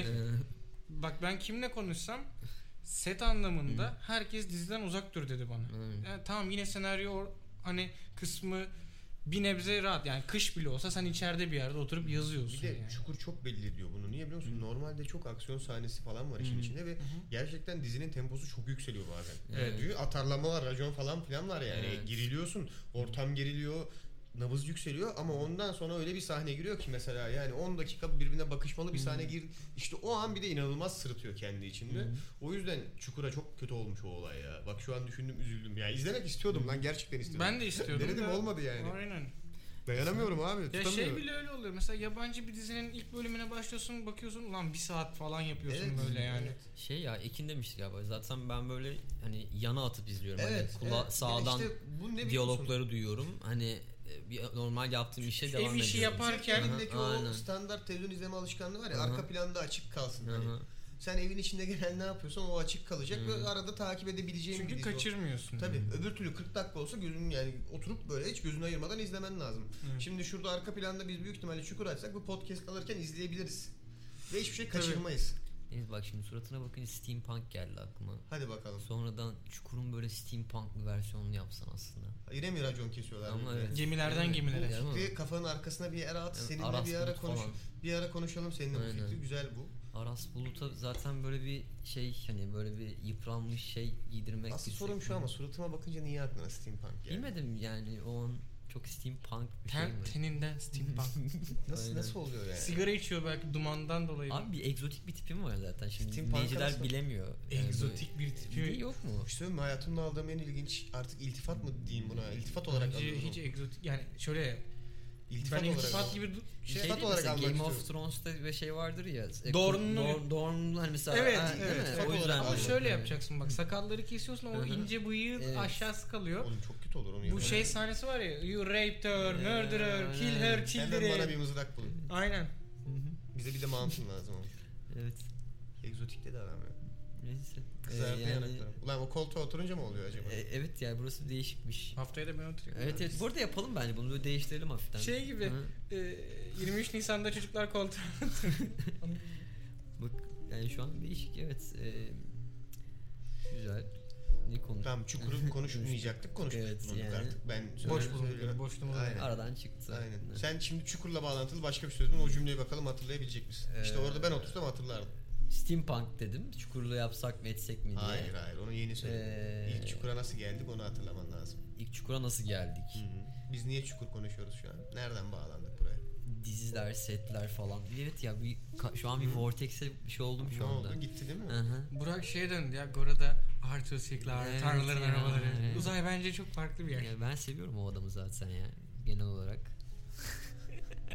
Bak ben kimle konuşsam set anlamında herkes diziden uzak dur dedi bana. Yani tamam, yine senaryo hani kısmı bir nebze rahat. Yani kış bile olsa sen içeride bir yerde oturup yazıyorsun. Bir de yani. Çukur çok belli ediyor bunu. Niye biliyor musun? Normalde çok aksiyon sahnesi falan var işin içinde ve gerçekten dizinin temposu çok yükseliyor bazen. Evet. Çünkü atarlamalar, racon falan filan var yani. Evet. Geriliyorsun, ortam geriliyor, nabız yükseliyor ama ondan sonra öyle bir sahne giriyor ki mesela yani 10 dakika birbirine bakışmalı bir sahne gir. İşte o an bir de inanılmaz sırıtıyor kendi içinde. O yüzden Çukur'a çok kötü olmuş o olay ya. Bak şu an düşündüm, üzüldüm. Ya izlemek istiyordum lan, gerçekten istiyordum. Ben de istiyordum. Denedim, da- olmadı yani. Aynen. Dayanamıyorum abi, Ya tutamıyorum. şey bile öyle oluyor. Mesela yabancı bir dizinin ilk bölümüne başlıyorsun, bakıyorsun ulan 1 saat falan yapıyorsun Evet, böyle yani. evet. Şey ya, Ekin demiştik galiba. Zaten ben böyle hani yana atıp izliyorum. Evet, Hani evet. sağdan İşte bu ne biliyor diyalogları duyuyorum. Hani normal yaptığım işe devam Ev ediyorum. işi yaparken Elindeki o Aynen. standart televizyon izleme alışkanlığı var ya, Aha. arka planda açık kalsın. Hani Aha. sen evin içinde gelen ne yapıyorsan o açık kalacak ve arada takip edebileceğin bir çünkü dizi o. kaçırmıyorsun. Tabii öbür türlü 40 dakika olsa gözün yani oturup böyle hiç gözünü ayırmadan izlemen lazım. Evet. Şimdi şurada arka planda biz büyük ihtimalle Çukur açsak bu podcast alırken izleyebiliriz. Ve hiçbir şey Tabii. kaçırmayız. Deniz bak, şimdi suratına bakınca steampunk geldi aklıma. Hadi bakalım. Sonradan Çukur'un böyle steampunk bir versiyonunu yapsan aslında. Yine mi racon kesiyorlar? Ama birbirine? evet. Gemilerden Evet, gemilere. değil mi? Fikri kafanın arkasına bir yere at. Yani Seninle Aras bir ara Bulut konuş. falan. Bir ara konuşalım seninle bu Aynen. fikri. Güzel bu. Aras Bulut'a zaten böyle bir şey, hani böyle bir yıpranmış şey giydirmek. Asıl gitsek sorum şu mi? ama suratıma bakınca niye aklına steampunk geldi? Bilmedim yani, o an çok steampunk bir şey mi? Teninden steampunk. Nasıl Aynen. nasıl oluyor yani? Sigara içiyor belki dumandan dolayı. Abi bir egzotik bir tipim var zaten. Şimdi Steampunk dinleyiciler arasında- bilemiyor. Egzotik bir tipi. Bir yok mu? İşte mi hayatımda aldığım en ilginç artık iltifat mı diyeyim buna? İltifat olarak Bence alıyorum. hiç egzotik, yani şöyle İltifat ben olarak iltifat alıyorum. gibi Şey İltifat değil olarak mesela, almak Game of istiyorum. Thrones'ta bir şey vardır ya. Dorne'un- hani mesela. Evet, ha, değil evet. mi? Fark O yüzden olarak ama almak. şöyle yapacaksın bak, sakalları kesiyorsun, o Hı hı. ince bıyığın Evet. aşağısı kalıyor. Oğlum çok kötü olur onu Bu yapmak. şey sahnesi var ya, you raped her, murder her, kill her, Hemen bana children. bir mızrak bulun. Aynen. Bize bir de mountain lazım ama. Evet. Egzotik dedi adam ya. Neyse. Kızardı Yani- yanaklarım. Ulan o koltuğa oturunca mı oluyor acaba? Evet yani burası değişikmiş. Haftaya da ben oturayım. Evet evet. Bu arada yapalım bence bunu, böyle değiştirelim hafiften. Şey gibi, Hı. 23 Nisan'da çocuklar koltuğa. Bak yani şu an değişik, evet. Güzel. Ne konu? Tamam Çukur'u konuşmayacaktık, konuştuk Evet, bunu yani. artık. Ben Boş söylüyorum. bulunduk, boşluğumuz var. Aynen. Aradan çıktı. Aynen. Evet. Sen şimdi Çukur'la bağlantılı başka bir şey söyledin. O cümleyi bakalım hatırlayabilecek misin? İşte orada ben otursam hatırlardım. Steampunk dedim. Çukurlu yapsak mı etsek mi diye. Hayır hayır onu yeni söyledim. İlk Çukur'a nasıl geldik onu hatırlaman lazım. İlk Çukur'a nasıl geldik? Biz niye Çukur konuşuyoruz şu an? Nereden bağlandık buraya? Diziler, setler falan. Evet ya, şu an bir vortex'e bir şey oldum şu Ne anda. oldu? Gitti değil mi? Aha. Burak şey döndü ya, Gora'da Arthur Siklar, Evet tanrıların ya, arabaları. evet. Uzay bence çok farklı bir yer. Ya ben seviyorum o adamı zaten ya, genel olarak.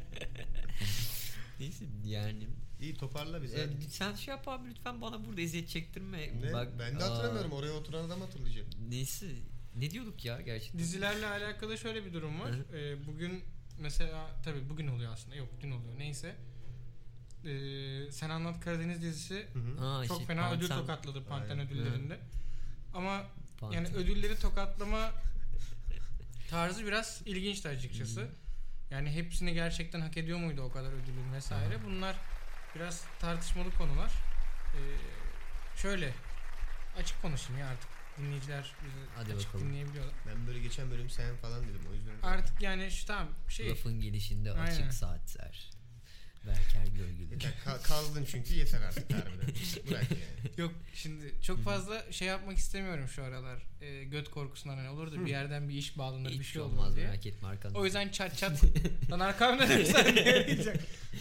Neyse yani. İyi toparla bizi. Sen şey yap abi lütfen bana burada eziyet çektirme. Ne? Bak, Ben de hatırlamıyorum. Oraya oturan adam hatırlayacak. Neyse. Ne diyorduk ya gerçekten? Dizilerle alakalı şöyle bir durum var. Bugün mesela tabii bugün oluyor aslında. Yok dün oluyor. Neyse. Sen Anlat Karadeniz dizisi çok fena ödül tokatladı Panten ödüllerinde. Ama yani ödülleri tokatlama tarzı biraz ilginçti açıkçası. Yani hepsini gerçekten hak ediyor muydu o kadar ödülün vesaire. Bunlar biraz tartışmalı konular. Şöyle açık konuşayım ya artık. Dinleyiciler bizi açık dinleyebiliyorlar. Ben böyle geçen bölüm sen falan dedim o yüzden. Artık yani tamam lafın gelişinde açık saatler. Berker Gölgülü. Kazdın çünkü yeter artık harbiden. Bırak yani. Yok şimdi çok fazla şey yapmak istemiyorum şu aralar. Göt korkusundan hani olur da bir yerden bir iş bağlanır bir şey olur olmaz diye. Merak etme arkandan. O yüzden çat lan arkamda ne sen diyecek.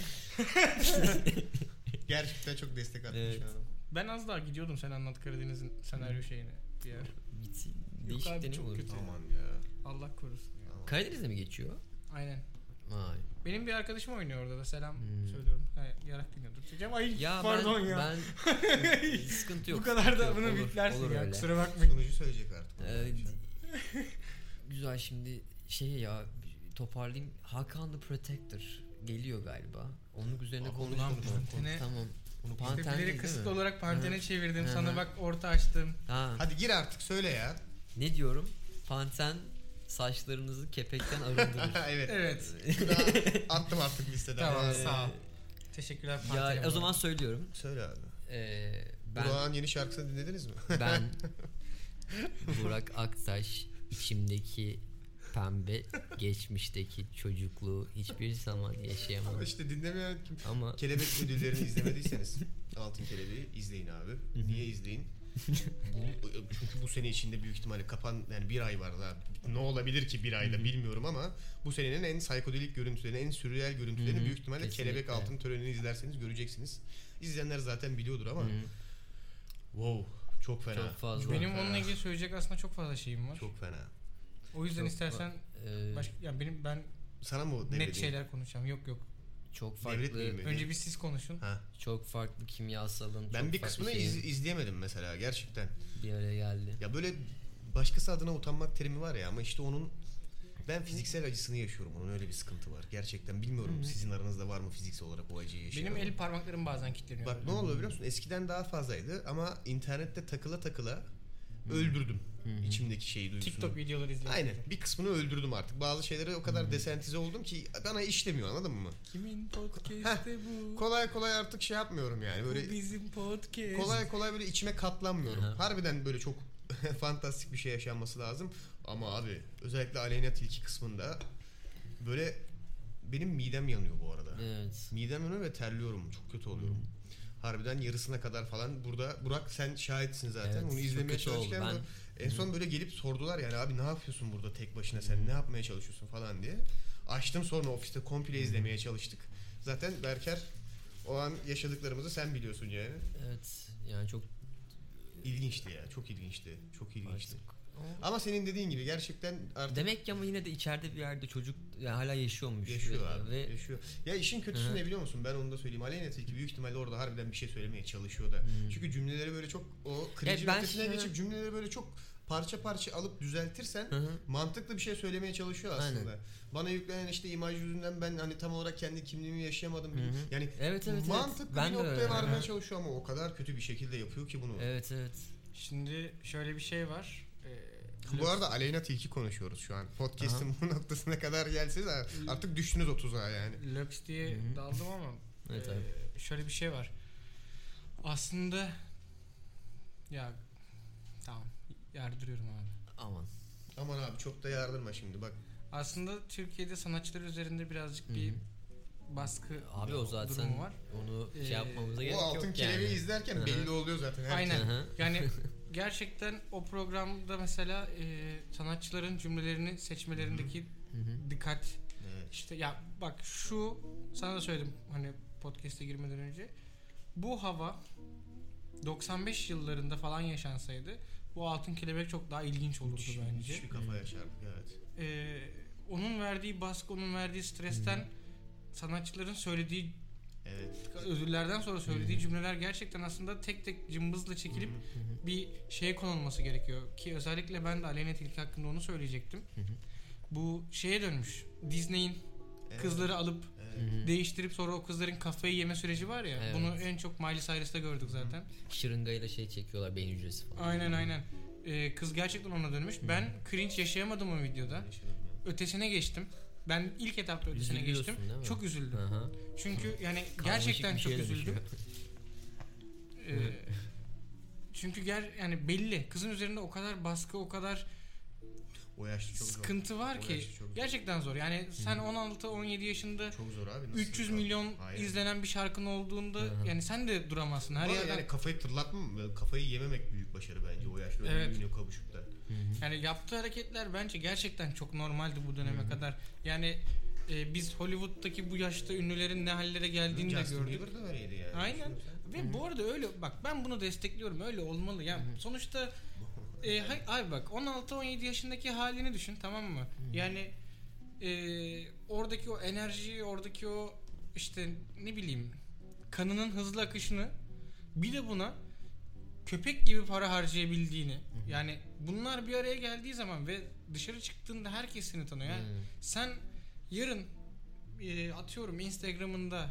Gerçekten çok destek atmış şu an. Ben az daha gidiyordum Sen Anlat Karadeniz'in senaryo şeyine bir yer. Gitsin. Yok abi Değişik çok kötü. Aman ya. Allah korusun. Aman. Karadeniz'de mi geçiyor? Aynen. Vay. Benim bir arkadaşım oynuyor orada da selam söylüyorum. Yarak dinliyordur diyeceğim. Ay Ya pardon ben sıkıntı yok. Bu kadar da bunu biplersin ya. Kusura bakmayın. Sunucu söyleyecek artık. Güzel şimdi ya toparlayayım. Hakan the Protector geliyor galiba. Onun üzerine konuşalım. Tamam. Tepkileri kısıtlı olarak Panten'e çevirdim. Sana bak orta açtım. Hadi gir artık söyle ya. Ne diyorum? Panten saçlarınızı kepekten arındırır. Evet. Attım artık listeden. Tamam sağ ol. Teşekkürler Panten'e. Ya o zaman söylüyorum. Söyle abi. Ben Burak'ın yeni şarkısını dinlediniz mi? Ben Burak Aktaş, içimdeki pembe, geçmişteki çocukluğu hiçbir zaman yaşayamadım. Ama işte dinlemeyen Ama Kelebek ödüllerini izlemediyseniz Altın Kelebeği izleyin abi. Niye izleyin? Çünkü bu sene içinde büyük ihtimalle yani bir ay var daha. Ne olabilir ki bir ayda bilmiyorum ama bu senenin en psikodelik görüntülerini, en sürreal görüntülerini büyük ihtimalle Kesinlikle. Kelebek Altın Töreni'ni izlerseniz göreceksiniz. İzleyenler zaten biliyordur ama wow çok fena. Çok fazla. Çok Benim fena. onunla ilgili söyleyecek aslında çok fazla şeyim var. Çok fena. O yüzden Çok istersen başka yani ben sana mı net devredeyim? şeyler konuşacağım. Yok. çok farklı. Devretmeyeyim mi? Önce bir siz konuşun. Çok farklı kimyasalın. Ben çok bir farklı kısmını şeyin izleyemedim mesela gerçekten. bir araya geldi. Ya böyle başkası adına utanmak terimi var ya ama işte onun ben fiziksel acısını yaşıyorum. Onun öyle bir sıkıntı var. Gerçekten bilmiyorum sizin aranızda var mı fiziksel olarak o acıyı yaşayan. Benim el parmaklarım bazen kilitleniyor. Bak ne oluyor biliyor musun? Eskiden daha fazlaydı ama internette takıla öldürdüm. İçimdeki şeyi duygusunu. TikTok videoları izliyorum. Aynen. Bir kısmını öldürdüm artık. Bazı şeylere o kadar desentize oldum ki bana işlemiyor anladın mı? Kimin podcast'te bu? Kolay artık şey yapmıyorum yani. Böyle Bu bizim podcast. kolay böyle içime katlanmıyorum. Harbiden böyle çok fantastik bir şey yaşanması lazım. Ama abi özellikle Aleyna Tilki kısmında böyle benim midem yanıyor bu arada. Evet. Midem yanıyor ve terliyorum. Çok kötü oluyorum. Harbiden yarısına kadar falan. Burada Burak sen şahitsin zaten. Evet, onu çok izlemeye kötü oldu. çalışırken en son böyle gelip sordular yani abi ne yapıyorsun burada tek başına sen ne yapmaya çalışıyorsun falan diye. Açtım sonra ofiste komple izlemeye çalıştık. Zaten Berker o an yaşadıklarımızı sen biliyorsun yani. Evet. Yani çok İlginçti ya. Çok ilginçti. Çok ilginçti. artık. Ama senin dediğin gibi gerçekten artık Demek ki ama yine de içeride bir yerde çocuk yani hala yaşıyormuş. yaşıyor abi. Ve Yaşıyor. Ya işin kötüsü ne biliyor musun? Ben onu da söyleyeyim. Aleyna Tilki büyük ihtimalle orada harbiden bir şey söylemeye çalışıyor da. Çünkü cümleleri böyle çok o cringe'in ötesine geçip cümleleri böyle çok parça parça alıp düzeltirsen mantıklı bir şey söylemeye çalışıyor aslında. Aynen. Bana yüklenen işte imaj yüzünden ben hani tam olarak kendi kimliğimi yaşayamadım. Yani evet, mantıklı ben bir de noktaya öyle. varmaya çalışıyor ama o kadar kötü bir şekilde yapıyor ki bunu. Evet. Şimdi şöyle bir şey var. Bu arada Aleyna Tilki konuşuyoruz şu an. Podcast'ın bu noktasına kadar gelseniz artık düştünüz o tuzağa yani. Löps diye daldım ama Evet, şöyle bir şey var. Aslında ya tamam yardırıyorum abi. Aman abi çok da yardırma şimdi bak. Aslında Türkiye'de sanatçılar üzerinde birazcık bir baskı abi o zaten durumu var. onu şey yapmamıza gerek O yok. altın kelebeği izlerken belli oluyor zaten. Aynen. Yani gerçekten o programda mesela sanatçıların cümlelerini seçmelerindeki dikkat işte ya bak şu sana da söyledim hani podcast'e girmeden önce bu hava 95 yıllarında falan yaşansaydı bu Altın Kelebek çok daha ilginç olurdu bence. Hiçbir kafa yaşardık evet. Onun verdiği baskı, onun verdiği stresten sanatçıların söylediği Evet. Ödüllerden sonra söylediği cümleler gerçekten aslında tek tek cımbızla çekilip bir şeye konulması gerekiyor. Ki özellikle ben de Aleyna Tilki hakkında onu söyleyecektim. Bu şeye dönmüş. Disney'in kızları alıp değiştirip sonra o kızların kafayı yeme süreci var ya. Evet. Bunu en çok Miley Cyrus'ta gördük zaten. Şırıngayla şey çekiyorlar, beyin hücresi falan. Aynen. Kız gerçekten ona dönmüş. Ben cringe yaşayamadım o videoda. Ötesine geçtim. Ben ilk etapta ötesine Üzülüyorsun, geçtim. değil mi? Çok üzüldüm. Aha. Çünkü yani Karmaşık gerçekten bir çok şeye üzüldüm. dönüşüyor. Çünkü yani belli. Kızın üzerinde o kadar baskı, o kadar O yaşta çok zor. sıkıntı var O ki yaşta çok zor. gerçekten zor. Yani sen 16-17 yaşında Çok zor abi. Nasıl 300 zor? milyon Hayır. izlenen bir şarkın olduğunda yani sen de duramazsın. Her Ama yerden yani kafayı tırlatma, kafayı yememek büyük başarı bence o yaşta. Evet. Öyle kavuşukta. yani yaptığı hareketler bence gerçekten çok normaldi bu döneme kadar. Yani biz Hollywood'daki bu yaşta ünlülerin ne hallere geldiğini de Justin gördük. Bieber da öyleydi yani. Aynen. Ve bu arada öyle bak ben bunu destekliyorum. Öyle olmalı. Yani sonuçta abi bak 16-17 yaşındaki halini düşün, tamam mı? Yani oradaki o enerjiyi, oradaki o işte ne bileyim kanının hızlı akışını, bir de buna köpek gibi para harcayabildiğini, yani bunlar bir araya geldiği zaman ve dışarı çıktığında herkes seni tanıyor. Yani sen yarın atıyorum Instagram'ında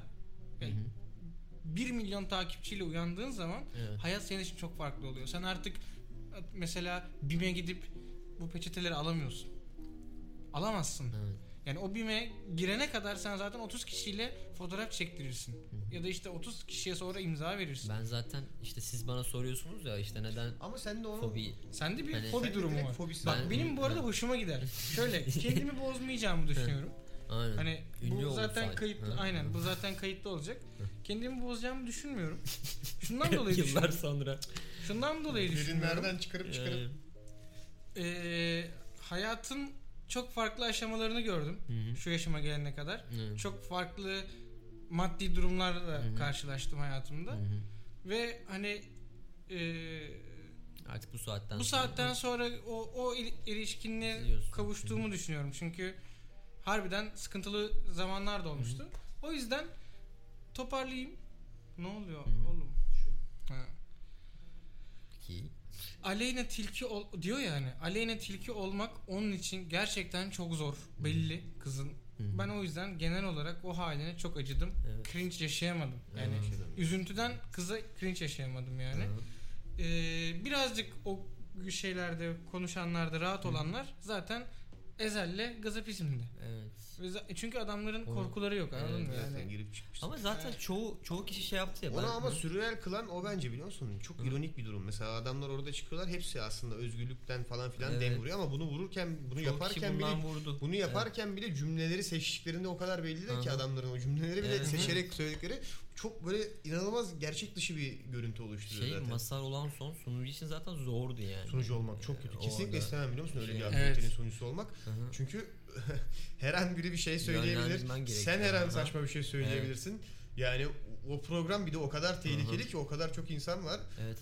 1 milyon takipçiyle uyandığın zaman hayat senin için çok farklı oluyor. Sen artık mesela BİM'e gidip bu peçeteleri alamıyorsun. Alamazsın. Evet. Yani o BİM'e girene kadar sen zaten 30 kişiyle fotoğraf çektirirsin. Ya da işte 30 kişiye sonra imza verirsin. Ben zaten işte siz bana soruyorsunuz ya işte neden Ama sen de onun fobi. Sende bir Hani- fobi Sende durumu direkt var. fobisi Bak var. benim bu arada hoşuma gider. Şöyle kendimi bozmayacağımı düşünüyorum. Aynen. Hani Ünlü bu zaten olsaydı. kayıtlı. Aynen bu zaten kayıtlı olacak. Kendimi bozacağımı düşünmüyorum. Şundan dolayı Yıllar düşünüyorum. sonra. Şundan dolayı düşünüyorum. nereden çıkarıp Hayatın çok farklı aşamalarını gördüm. Şu yaşıma gelene kadar. Çok farklı maddi durumlarla karşılaştım hayatımda. Ve hani Artık bu bu saatten sonra o ilişkinle Biliyorsun. kavuştuğumu düşünüyorum. Çünkü harbiden sıkıntılı zamanlar da olmuştu. O yüzden toparlayayım. Ne oluyor oğlum? Ha. Ki Aleyna Tilki diyor yani. Aleyna Tilki olmak onun için gerçekten çok zor. Belli kızın. Ben o yüzden genel olarak o haline çok acıdım. Evet. Cringe yaşayamadım. Yani üzüntüden kıza cringe yaşayamadım yani. Birazcık o şeylerde konuşanlarda rahat olanlar zaten Ezel'le Gazapizm'di. evet. Çünkü adamların korkuları yok, anladın mı? Zaten Yani girip çıkmış. Ama zaten çoğu kişi şey yaptı ya. Onu ama Hı. sürreal kılan o bence, biliyor musun? Çok ironik bir durum. Mesela adamlar orada çıkıyorlar, hepsi aslında özgürlükten falan filan Evet. dem vuruyor ama bunu vururken, bunu Çoğu yaparken kişi bile bundan vurdu. bunu yaparken bile cümleleri seçtiklerinde o kadar belli ki adamların o cümleleri bile Evet. seçerek söyledikleri çok böyle inanılmaz gerçek dışı bir görüntü oluşturuyor zaten. Masal olan son sunucu için zaten zordu yani. Sunucu olmak çok kötü. Kesinlikle Orada istemem, biliyor musun, öyle bir şey- aktivitenin Evet. sunucusu olmak. Çünkü her an biri bir şey söyleyebilir. Yönlendirmen gerekiyor. Sen her an Aha. saçma bir şey söyleyebilirsin. Yani o program bir de o kadar tehlikeli ki, o kadar çok insan var. Evet.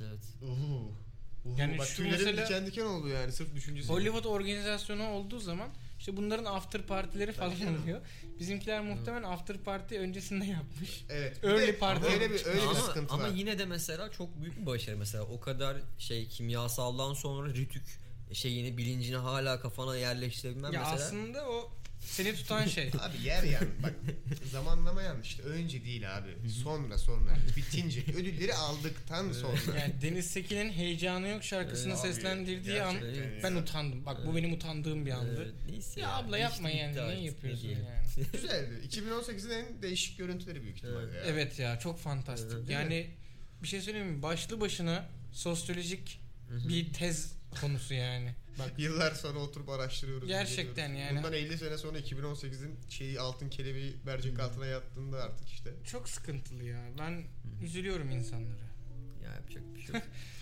Yani Bak şu tüylerim mesela- diken diken oldu yani sırf düşüncesi. Hollywood organizasyonu olduğu zaman işte bunların after partileri falan oluyor. Bizimkiler muhtemelen after party öncesinde yapmış. Evet. Öyle Bir de parti öyle bir ama, sıkıntı ama var. yine de mesela çok büyük bir başarı mesela. O kadar kimyasaldan sonra ritük şeyini, bilincini hala kafana yerleştirebilmem Ya mesela. aslında o seni tutan şey. Abi yer yani bak, zamanlama yanlış işte, önce değil abi, sonra bitince ödülleri aldıktan sonra. Yani Deniz Sekin'in Heyecanı Yok şarkısını Abi, seslendirdiği an gerçekten ben ya. utandım. Bak bu benim utandığım bir andı. Evet, neyse Ya abla yapma Geçti yani, gitti ne artık, yapıyorsun diyelim. yani. Güzeldi. 2018'in en değişik görüntüleri büyük ihtimalle. ya. Evet ya, çok fantastik. Evet, değil Yani bir şey söyleyeyim mi? Başlı başına sosyolojik bir tez konusu yani. Bak Yıllar sonra oturup araştırıyoruz. Gerçekten inceliyoruz. yani. Bundan 50 sene sonra 2018'in altın kelebeği mercek altına yattığında artık işte. çok sıkıntılı ya. Ben üzülüyorum insanlara. Ya yapacak bir şey yok.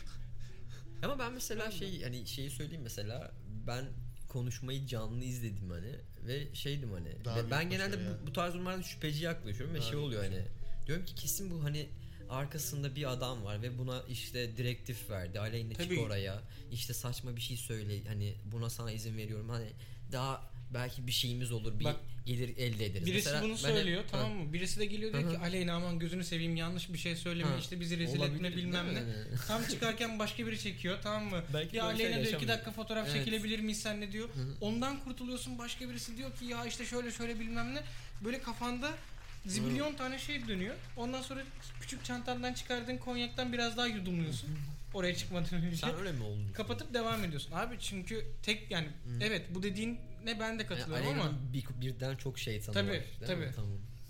Ama ben mesela şeyi söyleyeyim mesela, ben konuşmayı canlı izledim hani ve şeydim hani Daha ve büyük ben bir genelde şey ya. bu tarz durumlarda şüpheci yaklaşıyorum ve Daha şey büyük oluyor bir hani diyorum ki kesin bu hani arkasında bir adam var ve buna işte direktif verdi. Aleyna çık Tabii. oraya. İşte saçma bir şey söyle. Hani buna sana izin veriyorum. Hani daha belki bir şeyimiz olur, bir Bak, gelir elde ederiz. Birisi Mesela bunu söylüyor, tamam mı? Birisi de geliyor diyor ki Aleyna aman gözünü seveyim yanlış bir şey söyleme, işte bizi rezil etme bilmem ne. Tam çıkarken başka biri çekiyor, tamam mı? Belki ya Aleyna şey diyor 2 dakika fotoğraf çekilebilir miyiz senle diyor. Hı-hı. Ondan kurtuluyorsun, başka birisi diyor ki ya işte şöyle bilmem ne. Böyle kafanda zibilyon tane şey dönüyor. Ondan sonra küçük çantandan çıkardığın konyaktan biraz daha yudumluyorsun. Oraya çıkmadan önce. Sen öyle mi oldun? Kapatıp devam ediyorsun. Abi çünkü tek yani evet bu dediğine ben de katılıyorum yani ama birden çok şeytanı tabii, var. Tabii. Tamam.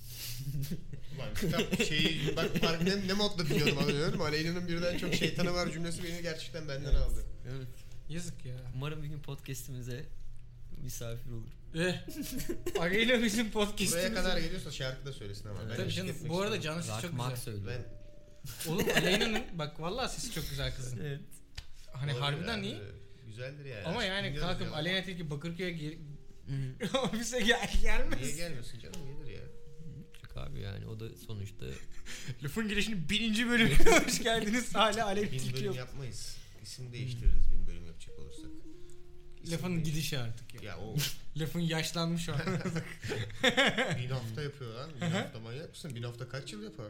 Ulan kitap şeyi bak ne modda dinliyordum anlıyorum. Aleyna'nın birden çok şeytanı var cümlesi beni gerçekten benden aldı. Evet. Yazık ya. Umarım bir gün podcast'imize misafir olur. Aleyna bizim podcast'imize. Buraya kadar geliyorsa şarkı da söylesin ama. Evet. Tabii canım. Bu arada canı sesi çok güzel. Söylüyor. Oğlum Aleyna'nın bak vallahi sesi çok güzel kızın. Evet. Hani harbiden iyi. Güzeldir yani. Ama yani Dinliyoruz kalkıp ya. Aleyna Tilki Bakırköy'e ofise gelmez. Niye gelmiyorsun canım gelir ya. Çok abi yani o da sonuçta Lafın Gelişi'nin 1. bölümüne hoş geldiniz. Hala Aleyna 1000 Tilki bölüm yok. yapmayız. İsim değiştiririz 1000 bölüm yapacak olursak. Lafın gidişi artık ya. Ya o Lafın yaşlanmış o an. 1000 hafta yapıyor lan. 1000 hafta manyak mısın? 1000 hafta kaç yıl yapar?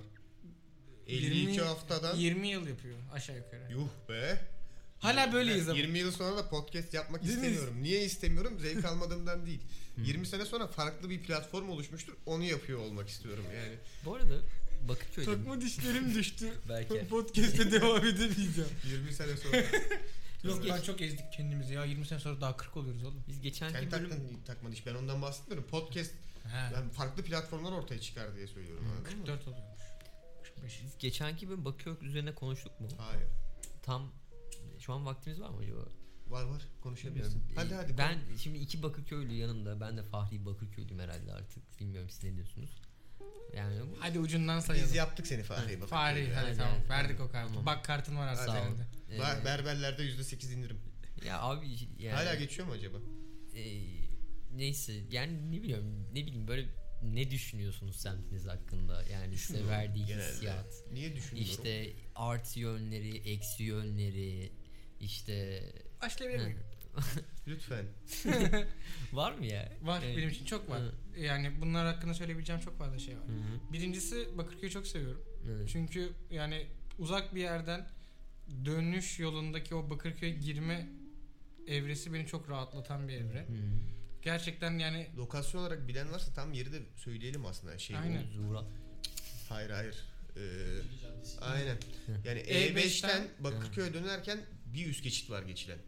52 haftadan 20 yıl yapıyor aşağı yukarı. yuh be. Hala böyleyiz ama. 20 yıl sonra da podcast yapmak Değil mi? istemiyorum. Niye istemiyorum? Zevk almadığımdan değil. 20 sene sonra farklı bir platform oluşmuştur. Onu yapıyor olmak istiyorum yani. bu arada Bakırköy'de Takma dişlerim düştü. belki Podcast'te devam edemeyeceğim. 20 sene sonra. Yok ben çok ezdik kendimizi ya. 20 sene sonra daha 40 oluyoruz oğlum. biz geçenki Kendi bölüm taktın takma diş. Ben ondan bahsetmiyorum. Podcast yani farklı platformlar ortaya çıkar diye söylüyorum. anladın mı? 44 oluyormuş. 45. biz geçenki bölüm Bakırköy üzerine konuştuk mu? Hayır. Tam şu an vaktimiz var mı acaba? Var konuşabilirsin. Bilmiyorum. Hadi. Ben şimdi 2 Bakırköylü yanında, ben de Fahri Bakırköylüyüm herhalde artık. Bilmiyorum siz ne diyorsunuz? Yani Hadi ucundan sayalım. Biz yaptık seni Fahri. Bakın. Fahri hadi Aynen. tamam. Verdik o kartı. Tamam. Bak kartın var artık Sağ ol. elinde. Berberlerde %8 indirim. Ya abi yani Hala geçiyor mu acaba? neyse yani ne bileyim böyle ne düşünüyorsunuz semtiniz hakkında? Yani size verdiği Genelde. hissiyat. Niye düşünüyorum? İşte artı yönleri, eksi yönleri, işte Başlayabilir miyim? Lütfen. var mı ya? Var benim için çok var. Yani bunlar hakkında söyleyebileceğim çok fazla şey var. Hı-hı. Birincisi Bakırköy'ü çok seviyorum. Evet. Çünkü yani uzak bir yerden dönüş yolundaki o Bakırköy'e girme evresi beni çok rahatlatan bir evre. Hı-hı. Gerçekten yani Lokasyon olarak bilen varsa tam yeri de söyleyelim aslında. Aynen. Zuhra. Hayır. Aynen. Yani E5'ten E5'ten Bakırköy'e dönerken bir üst geçit var geçilen.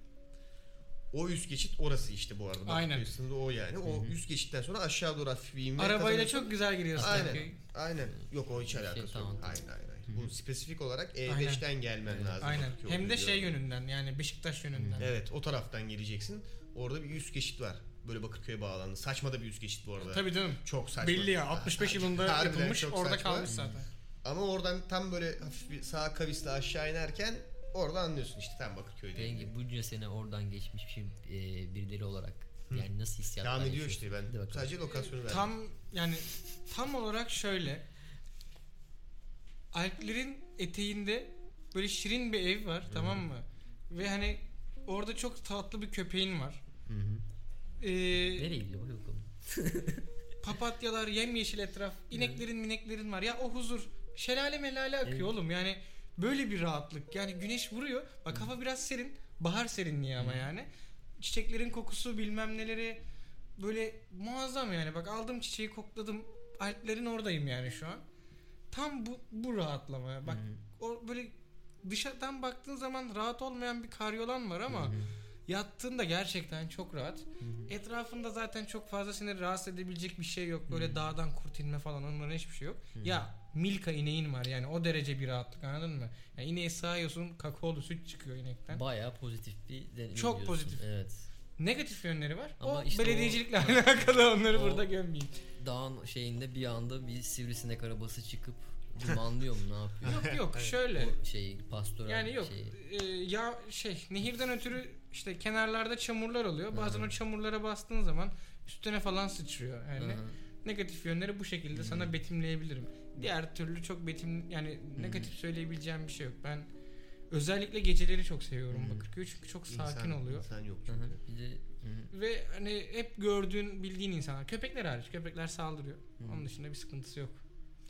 O üst geçit orası işte bu arada. Aynen. Bakırköy sınırı o yani. O üst geçitten sonra aşağı doğru hafif bir inme arabayla kazanıyorsun. çok güzel giriyorsun. Aynen. Bakırköy. Aynen. Yok o hiç alakası tamam. yok. Aynen. Bu spesifik olarak E5'ten gelmen lazım. Aynen. Bakırköy Hem de oluyor. şey yönünden yani Beşiktaş yönünden. Evet o taraftan geleceksin. Orada bir üst geçit var. Böyle Bakırköy'e bağlandı. Saçma da bir üst geçit bu arada. Tabii canım. Çok saçma. Belli ya 65 yılında Harbiden yapılmış çok orada saçma. kalmış zaten. Ama oradan tam böyle hafif bir sağ kavisle aşağı inerken orada anlıyorsun işte tam Bakırköy'de. Peki bunca sene oradan geçmiş birileri olarak yani nasıl hissiyatlar Devam ediyor yaşıyorsun? işte ben Hadi bakalım. sadece lokasyonu verdim. Tam olarak şöyle. Alplerin eteğinde böyle şirin bir ev var, tamam mı? Ve hani orada çok tatlı bir köpeğin var. Hı-hı. Nereye gidiyor bakalım? Papatyalar, yemyeşil etraf, mineklerin var. Ya o huzur, şelale melale akıyor oğlum. Yani böyle bir rahatlık. Yani güneş vuruyor. Bak hava biraz serin. Bahar serinliği ama yani. Çiçeklerin kokusu bilmem neleri böyle muazzam yani. Bak aldım çiçeği kokladım. Alplerin oradayım yani şu an. Tam bu rahatlama. Bak o böyle dışarıdan baktığın zaman rahat olmayan bir karyolan var ama yattığında gerçekten çok rahat. Etrafında zaten çok fazla seni rahatsız edebilecek bir şey yok. Böyle dağdan kurt inme falan onların hiçbir şey yok. Ya Milka ineğin var yani o derece bir rahatlık anladın mı? Yani ineği sağıyorsun kakaolu süt çıkıyor inekten. Bayağı pozitif bir deneyim Çok diyorsun. pozitif. Evet. Negatif yönleri var. Ama o işte belediyecilikle alakalı onları o- burada gömmeyeyim. Dağın şeyinde bir anda bir sivrisinek arabası çıkıp dumanlıyor mu ne yapıyor? Yok şöyle. O pastoral Yani yok. Nehirden ötürü işte kenarlarda çamurlar oluyor. Bazen o çamurlara bastığın zaman üstüne falan sıçrıyor. Yani negatif yönleri bu şekilde sana betimleyebilirim. Diğer türlü çok negatif söyleyebileceğim bir şey yok. Ben Özellikle geceleri çok seviyorum Bakırköy'ü çünkü çok sakin oluyor. İnsan yok çünkü. Bir de Ve hani hep gördüğün, bildiğin insanlar. Köpekler hariç. Köpekler saldırıyor. Onun dışında bir sıkıntısı yok.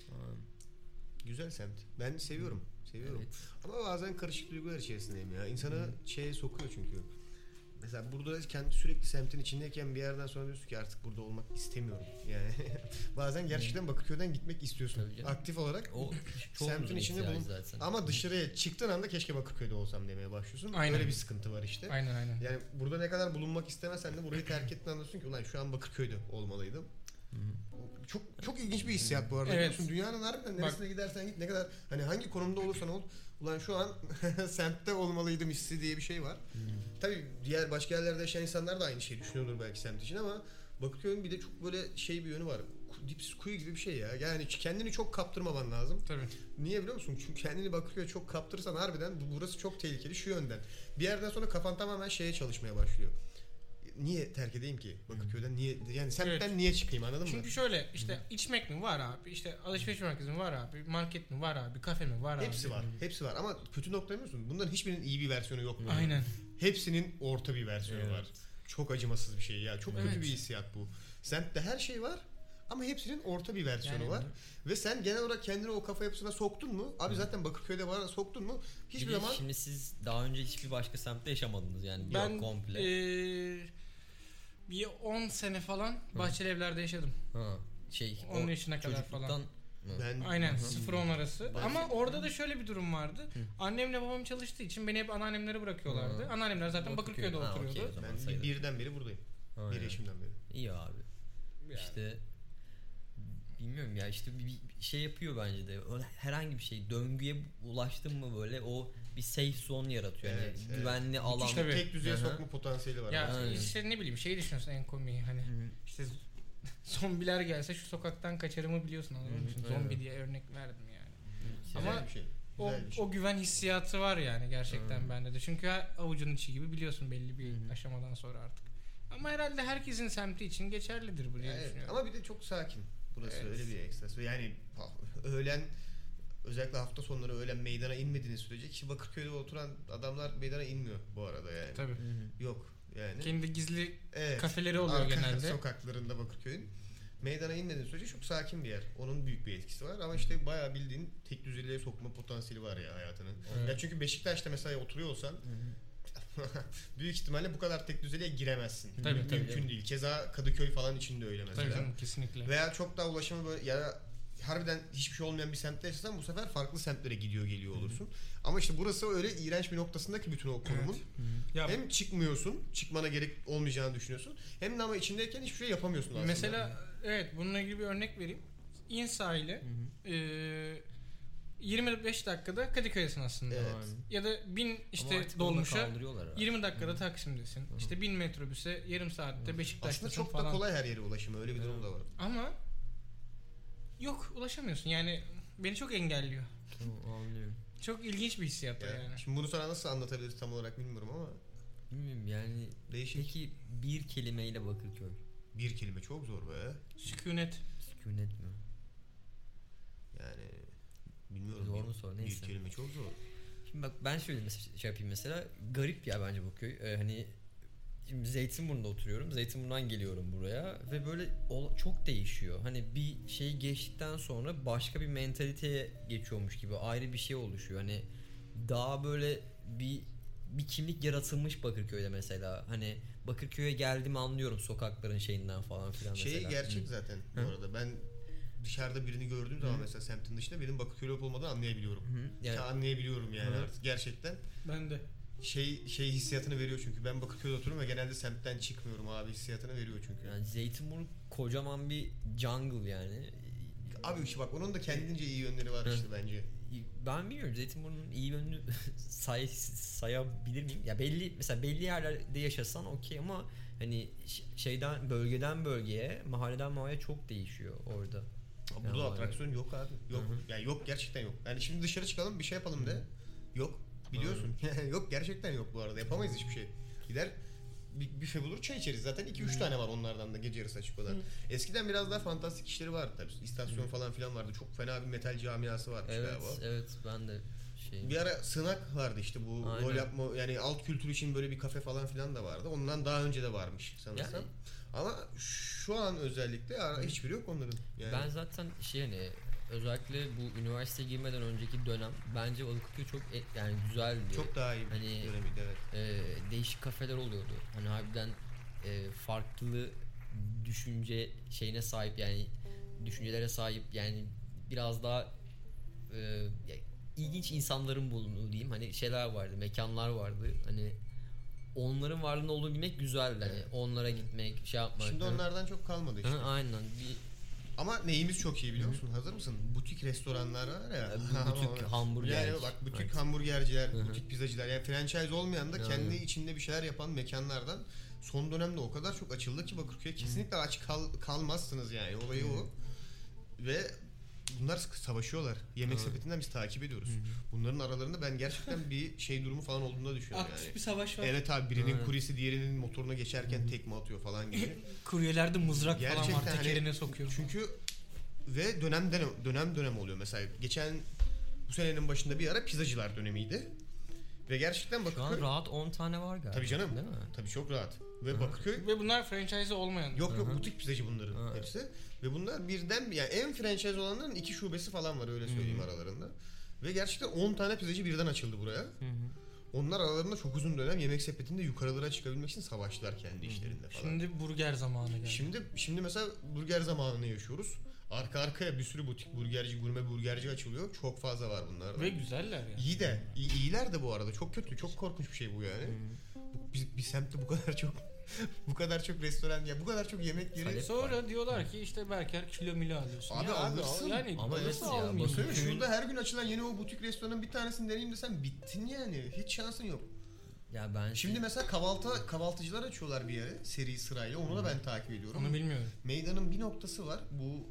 Güzel semt. Ben seviyorum. Seviyorum. Evet. Ama bazen karışık duygular içerisindeyim ya. İnsanı şeye sokuyor çünkü. Mesela burada kendi sürekli semtin içindeyken bir yerden sonra diyorsun ki artık burada olmak istemiyorum. Yani bazen gerçekten Bakırköy'den gitmek istiyorsun. Aktif olarak O çok semtin içinde bulun. zaten. Ama dışarıya çıktığın anda keşke Bakırköy'de olsam demeye başlıyorsun. Aynen. Öyle bir sıkıntı var işte. Aynen. Yani burada ne kadar bulunmak istemesen de burayı terk ettiğinde anlıyorsun ki ulan şu an Bakırköy'de olmalıydım. Çok çok ilginç bir hissiyat bu arada. Evet. Biliyorsun, dünyanın harbiden neresine gidersen git, ne kadar hani hangi konumda olursan ol, ulan şu an semtte olmalıydım hissi diye bir şey var. Tabii diğer başka yerlerde yaşayan insanlar da aynı şeyi düşünüyordur belki semt için ama Bakırköy'ün bir de çok böyle şey bir yönü var. Dipsiz kuyu gibi bir şey ya. Yani kendini çok kaptırmaman lazım. Tabii. Niye biliyor musun? Çünkü kendini Bakırköy'e çok kaptırırsan harbiden burası çok tehlikeli şu yönden. Bir yerden sonra kafan tamamen şeye çalışmaya başlıyor. Niye terk edeyim ki Bakırköy'den? Niye yani semtten niye çıkayım, anladın mı? Çünkü şöyle işte içmek mi var abi, işte alışveriş merkezi mi var abi, market mi var abi, kafe mi var abi. Hepsi var. Hepsi var ama kötü nokta biliyor musun? Bunların hiçbirinin iyi bir versiyonu yok. Aynen. Hepsinin orta bir versiyonu var. Çok acımasız bir şey ya. Çok kötü bir hissiyat bu. Semtte her şey var ama hepsinin orta bir versiyonu var. Ve sen genel olarak kendini o kafa yapısına soktun mu? Abi zaten Bakırköy'de var, soktun mu? Hiçbir zaman... Şimdi siz daha önce hiçbir başka semtte yaşamadınız yani. Ben komple. Bir 10 sene falan Bahçeli Evler'de yaşadım. 10 yaşına kadar falan. Aynen 0-10 arası. Ama orada da şöyle bir durum vardı. Annemle babam çalıştığı için beni hep anneannemlere bırakıyorlardı. Anneannemler zaten Bakırköy'de oturuyordu. Okay, ben birden beri buradayım. Aynen. 1 yaşımdan beri. İyi abi. Yani. İşte bilmiyorum ya, işte bir şey yapıyor bence de. Öyle herhangi bir şey döngüye ulaştın mı böyle o bir safe zone yaratıyor. Evet, yani güvenli alan. İşte tek düzeye sokma potansiyeli var. Ya işte ne bileyim şey düşünüyorsun en komiği hani işte zombiler gelse şu sokaktan kaçarımı biliyorsun, anladın mı? Zombi diye örnek verdim yani. Ama bir şey. O güven hissiyatı var yani gerçekten bende de. Çünkü avucunun içi gibi biliyorsun belli bir aşamadan sonra artık. Ama herhalde herkesin semti için geçerlidir bu diye düşünüyorum. Ama bir de çok sakin. Burası öyle bir ekstrası. Yani öğlen, özellikle hafta sonları öğlen meydana inmediğiniz sürece ki Bakırköy'de oturan adamlar meydana inmiyor bu arada yani. Tabii. Yok yani. Kendi gizli kafeleri oluyor genelde. Sokaklarında Bakırköy'ün. Meydana inmediğiniz sürece çok sakin bir yer. Onun büyük bir etkisi var ama işte bayağı bildiğin tek düzeliğe sokma potansiyeli var ya hayatının. Evet. Ya çünkü Beşiktaş'ta mesela oturuyor olsan büyük ihtimalle bu kadar tek düzeliğe giremezsin. Tabii, mümkün değil. Keza Kadıköy falan için de öyle mesela. Tabii kesinlikle. Veya çok daha ulaşımı böyle ya harbiden hiçbir şey olmayan bir semtte yaşasan bu sefer farklı semtlere gidiyor geliyor olursun. Ama işte burası öyle iğrenç bir noktasında ki bütün o konumun. Hem çıkmıyorsun, çıkmana gerek olmayacağını düşünüyorsun. Hem de ama içindeyken hiçbir şey yapamıyorsun aslında. Mesela evet bununla ilgili bir örnek vereyim. İn sahile 25 dakikada Kadıköy'desin aslında. Evet. Ya da bin işte dolmuşa 20 dakikada Hı. Taksim'desin. İşte bin metrobüse yarım saatte Beşiktaş'tasın aslında çok falan. da kolay her yere ulaşımı, öyle bir durum da var. Ama yok, ulaşamıyorsun yani, beni çok engelliyor. Anlıyorum. Çok ilginç bir hissiyat yani. Şimdi bunu sana nasıl anlatabiliriz tam olarak bilmiyorum ama. Bilmiyorum yani. Değişik. Peki bir kelimeyle Bakırköy. Bir kelime çok zor be. Sükunet. Sükunet mi? Yani bilmiyorum. Zor mu sor, neyse. Bir kelime çok zor. Şimdi bak ben şöyle şey yapayım mesela. Garip ya bence bu köy. Hani şimdi Zeytinburnu'nda oturuyorum. Zeytinburnu'ndan geliyorum buraya ve böyle çok değişiyor. Hani bir şey geçtikten sonra başka bir mentaliteye geçiyormuş gibi ayrı bir şey oluşuyor. Hani daha böyle bir kimlik yaratılmış Bakırköy'de mesela. Hani Bakırköy'e geldiğimi anlıyorum sokakların şeyinden falan filan mesela. Şey gerçek zaten bu arada. Ben dışarıda birini gördüğüm zaman mesela semtin dışında birinin Bakırköy'de olup olmadığını anlayabiliyorum. Yani anlayabiliyorum yani artık gerçekten. Ben de. Şey hissiyatını veriyor çünkü ben Bakırköy'de oturuyorum ve genelde semtten çıkmıyorum abi hissiyatını veriyor çünkü. Yani Zeytinburnu kocaman bir jungle yani. Abi işte bak onun da kendince iyi yönleri var işte bence. Ben bilmiyorum Zeytinburnu'nun iyi yönünü sayabilir miyim? Ya belli yerlerde yaşasan okey ama hani bölgeden bölgeye, mahalleden mahalleye çok değişiyor orada. Burada yani atraksiyon yok abi. Yok. Yani yok, gerçekten yok. Yani şimdi dışarı çıkalım bir şey yapalım de. Yok. Biliyorsun. Yok, gerçekten yok bu arada. Yapamayız hiçbir şey. Gider bir büfe bulur çay içeriz. Zaten 2-3 tane var onlardan da gece yarısı açık olan. Eskiden biraz daha fantastik işleri vardı tabii. İstasyon falan filan vardı. Çok fena bir metal camiası varmış evet, galiba. Evet ben de şey. Bir ara Sınak vardı işte bu Aynen. rol yapma yani alt kültür için böyle bir kafe falan filan da vardı. Ondan daha önce de varmış sanırsam. Yani, ama şu an özellikle hiçbiri yok onların. Yani. Ben zaten hani özellikle bu üniversiteye girmeden önceki dönem bence Bakırköy çok yani güzeldi. Çok daha iyi bir hani, dönemiydi evet. Değişik kafeler oluyordu. Hani harbiden farklı düşünce şeyine sahip yani düşüncelere sahip yani biraz daha ilginç insanların bulunduğu diyeyim hani şeyler vardı, mekanlar vardı. Hani onların varlığında olduğunu bilmek güzeldi. Hani onlara gitmek, şey yapmak. Şimdi onlardan çok kalmadı işte. Aynen. Ama neyimiz çok iyi biliyor musun? Hazır mısın? Butik restoranlar var ya. Butik hamburger. Yani bak butik hamburgerciler, butik pizzacılar. Yani franchise olmayan da kendi içinde bir şeyler yapan mekanlardan son dönemde o kadar çok açıldı ki Bakırköy'e kesinlikle aç kalmazsınız yani. Olayı o. Ve bunlar savaşıyorlar. Yemek sepetinden biz takip ediyoruz. Bunların aralarında ben gerçekten bir şey durumu falan olduğunu da düşünüyorum Aktif yani. bir savaş var. Evet abi birinin kuryesi diğerinin motoruna geçerken tekme atıyor falan gibi. Kuryelerde mızrak gerçekten falan var tekerine sokuyor. Çünkü ve dönem oluyor. Mesela geçen bu senenin başında bir ara pizzacılar dönemiydi. Ve gerçekten Bakırköy... Şu an rahat 10 tane var galiba. Tabii canım. Değil mi? Tabii çok rahat. Ve Bakırköy... Ve bunlar franchise olmayan. Yok butik pizzacı bunların hepsi. Ve bunlar birden yani en franchise olanların 2 şubesi falan var öyle söyleyeyim aralarında. Ve gerçekten 10 tane pizzacı birden açıldı buraya. Onlar aralarında çok uzun dönem yemek sepetinde yukarılara çıkabilmek için savaştılar kendi işlerinde falan. Şimdi burger zamanı geldi. Şimdi mesela burger zamanını yaşıyoruz. Arka arkaya bir sürü butik burgerci, gurme burgerci açılıyor. Çok fazla var bunlarda. Ve güzeller yani. İyiler de bu arada. Çok kötü, çok korkunç bir şey bu yani. Bir semtte bu kadar çok restoran ya bu kadar çok yemek yeri. Sonra diyorlar ki işte Berker kilo milo alıyorsun. Abi alırsın. Yani ama evet ya. Bakın şurada her gün açılan yeni o butik restoranın bir tanesini deneyeyim desem bittin yani. Hiç şansın yok. Ya ben şimdi mesela kahvaltıcılar açıyorlar bir yere seri sırayla. Onu da ben takip ediyorum. Onu bilmiyorum. Meydanın bir noktası var. Bu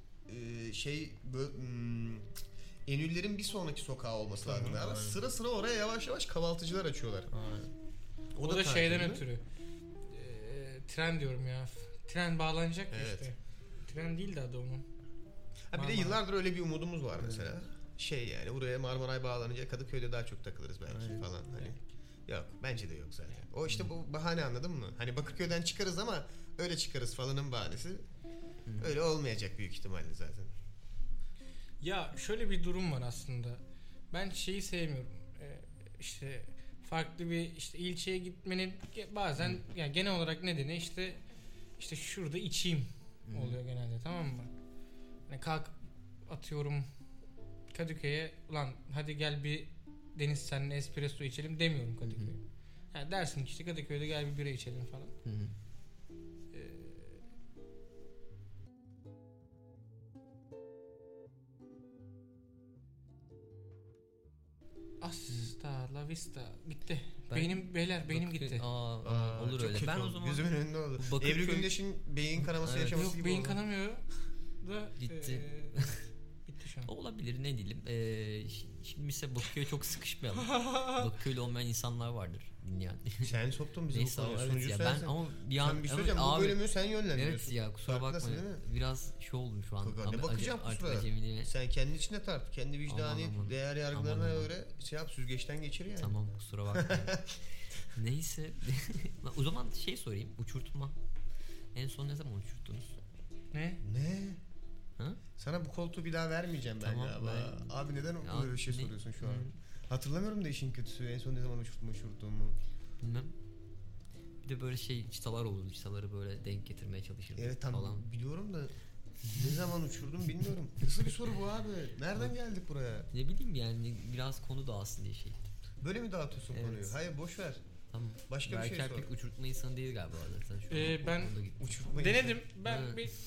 Enüllerin bir sonraki sokağı olması lazım. Sıra sıra oraya yavaş yavaş kahvaltıcılar açıyorlar. O da şeyden ötürü. Tren diyorum ya. Tren bağlanacak işte. Tren değil de adı onun. Bir de yıllardır öyle bir umudumuz var mesela. Yani buraya Marmaray bağlanınca Kadıköy'de daha çok takılırız belki falan hani. Yok bence de yok zaten. O işte bu bahane anladın mı? Hani Bakırköy'den çıkarız ama öyle çıkarız falanın bahanesi. Öyle olmayacak büyük ihtimalle zaten. Ya şöyle bir durum var aslında. Ben şeyi sevmiyorum. İşte farklı bir işte ilçeye gitmenin bazen yani genel olarak nedeni işte şurada içeyim oluyor genelde, tamam mı? Yani kalk atıyorum Kadıköy'e, ulan hadi gel bir Deniz seninle espresso içelim demiyorum Kadıköy'e. Yani dersin ki işte Kadıköy'de gel bir bira içelim falan. Hasta la vista gitti. Beynim gitti. Olur öyle. Ben o zaman gözümün önünde oldu. Ebru Gündeş'in beyin kanaması yaşaması yok, gibi beyin oldu. kanamıyor da gitti. Bitti şu an. Olabilir, ne diyelim. Şimdi ise Bakırköy'e çok sıkışmayalım. Bakırköy'lü olmayan insanlar vardır dinleyen. Sen soktun bizi neyse, bu konuya. evet ya, ben ama bir an bir söyleyeceğim, bu bölümü sen yönlendiriyorsun. Evet ya, kusura bakma. Biraz oldum şu an. Ne bakacağım kusura. Sen kendi içine tart. Kendi vicdani değer yargılarına göre yap, süzgeçten geçir yani. Tamam, kusura bakma. Neyse. O zaman sorayım. Uçurtma. En son ne zaman uçurttunuz? Ne? Ha? Sana bu koltuğu bir daha vermeyeceğim ben galiba. Abi neden böyle bir şey soruyorsun şu an? Hatırlamıyorum da işin kötüsü. En son ne zaman uçurttuğumu. Bilmem. Bir de böyle çıtalar olurdu. Çıtaları böyle denk getirmeye çalışırdım. Evet falan. tamam biliyorum da ne zaman uçurdum bilmiyorum. Nasıl bir soru bu abi? Nereden geldik buraya? Ne bileyim yani, biraz konu dağılsın diye şey. Böyle mi dağıtıyorsun konuyu? Hayır boş ver. Tamam. Başka bir şey sor. Pek uçurtma insanı değil galiba zaten. Ben uçurtma denedim. Ben bir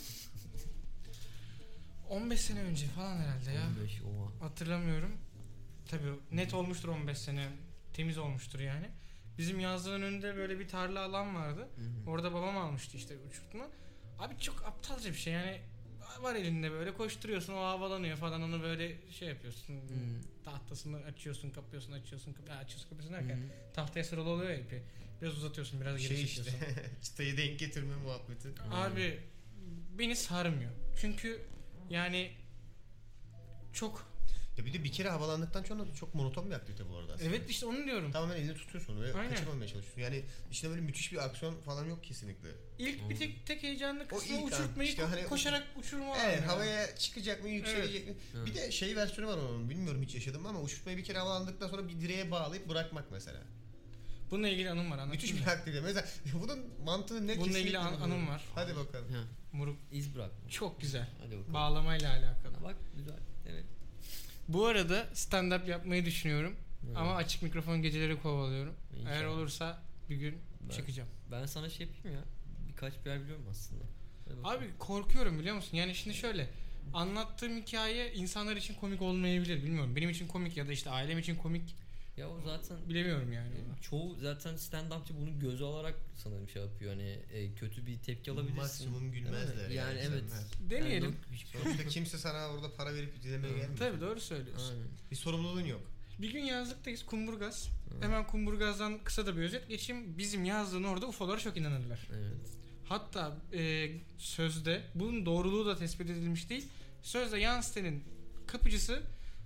15 sene önce falan herhalde ya. 15 oha. Hatırlamıyorum. Tabii net olmuştur 15 sene. Temiz olmuştur yani. Bizim yazlığın önünde böyle bir tarla alan vardı. Orada babam almıştı işte uçurtma. Abi çok aptalca bir şey yani. Var elinde böyle koşturuyorsun, o havalanıyor falan, onu böyle yapıyorsun. Tahtasını açıyorsun, kapıyorsun, açıyorsun kapıyorsun derken tahtaya sıralı oluyor ya ipi. Biraz uzatıyorsun, biraz geri çekiyorsun. Çıtayı denk getirme muhabbeti. Abi beni sarmıyor. Çünkü yani çok Ya bir de bir kere havalandıktan sonra çok monoton bir aktivite bu arada aslında. Evet işte onu diyorum. Tamamen elini tutuyorsun onu ve Aynen. kaçırmamaya çalışıyorsun. Yani içinde böyle müthiş bir aksiyon falan yok kesinlikle. İlk bir tek heyecanlı kısmı ilk an, uçurtmayı işte hani koşarak uçurma. Evet, yani. havaya çıkacak mı, yükselecek mi? Evet. Bir de şey versiyonu var onun. Bilmiyorum hiç yaşadım mı ama uçurtmayı bir kere havalandıktan sonra bir direğe bağlayıp bırakmak mesela. Bununla ilgili anım var, anlatayım Müthiş mı? bir aktivite. Mesela bunun mantığı ne? Bununla kesinlikle ilgili bilmiyorum. anım var. Hadi bakalım. Ha, Moruk iz bırakma. çok güzel. Hadi bakalım. Bağlamayla alakalı. Bak güzel. Evet. Bu arada stand-up yapmayı düşünüyorum. Evet. Ama açık mikrofon geceleri kovalıyorum. İnşallah. Eğer olursa bir gün Ben- çıkacağım. Ben sana şey yapayım ya. Birkaç bir yer biliyorum aslında. Hadi bakalım. Abi korkuyorum biliyor musun? Yani şimdi şöyle. Anlattığım hikaye insanlar için komik olmayabilir. Bilmiyorum. Benim için komik ya da işte ailem için komik. Ya o zaten Bilemiyorum yani. çoğu zaten stand-upçı bunu göze alarak sanırım şey yapıyor. Hani kötü bir tepki alabilirsin. Maksimum gülmezler. Değil mi? Yani evet. insanlar. Deneyelim. Yani yok hiçbir şey. Sonuçta kimse sana orada para verip dinlemeye gelmiyor. Tabii doğru söylüyorsun. Aynen. Bir sorumluluğun yok. Bir gün yazlıktayız, Kumburgaz. Hemen Kumburgaz'dan kısa da bir özet geçeyim. Bizim yazlığın orada UFO'lara çok inanırlar. Evet. Hatta sözde, bunun doğruluğu da tespit edilmiş değil. Sözde yan sitenin kapıcısı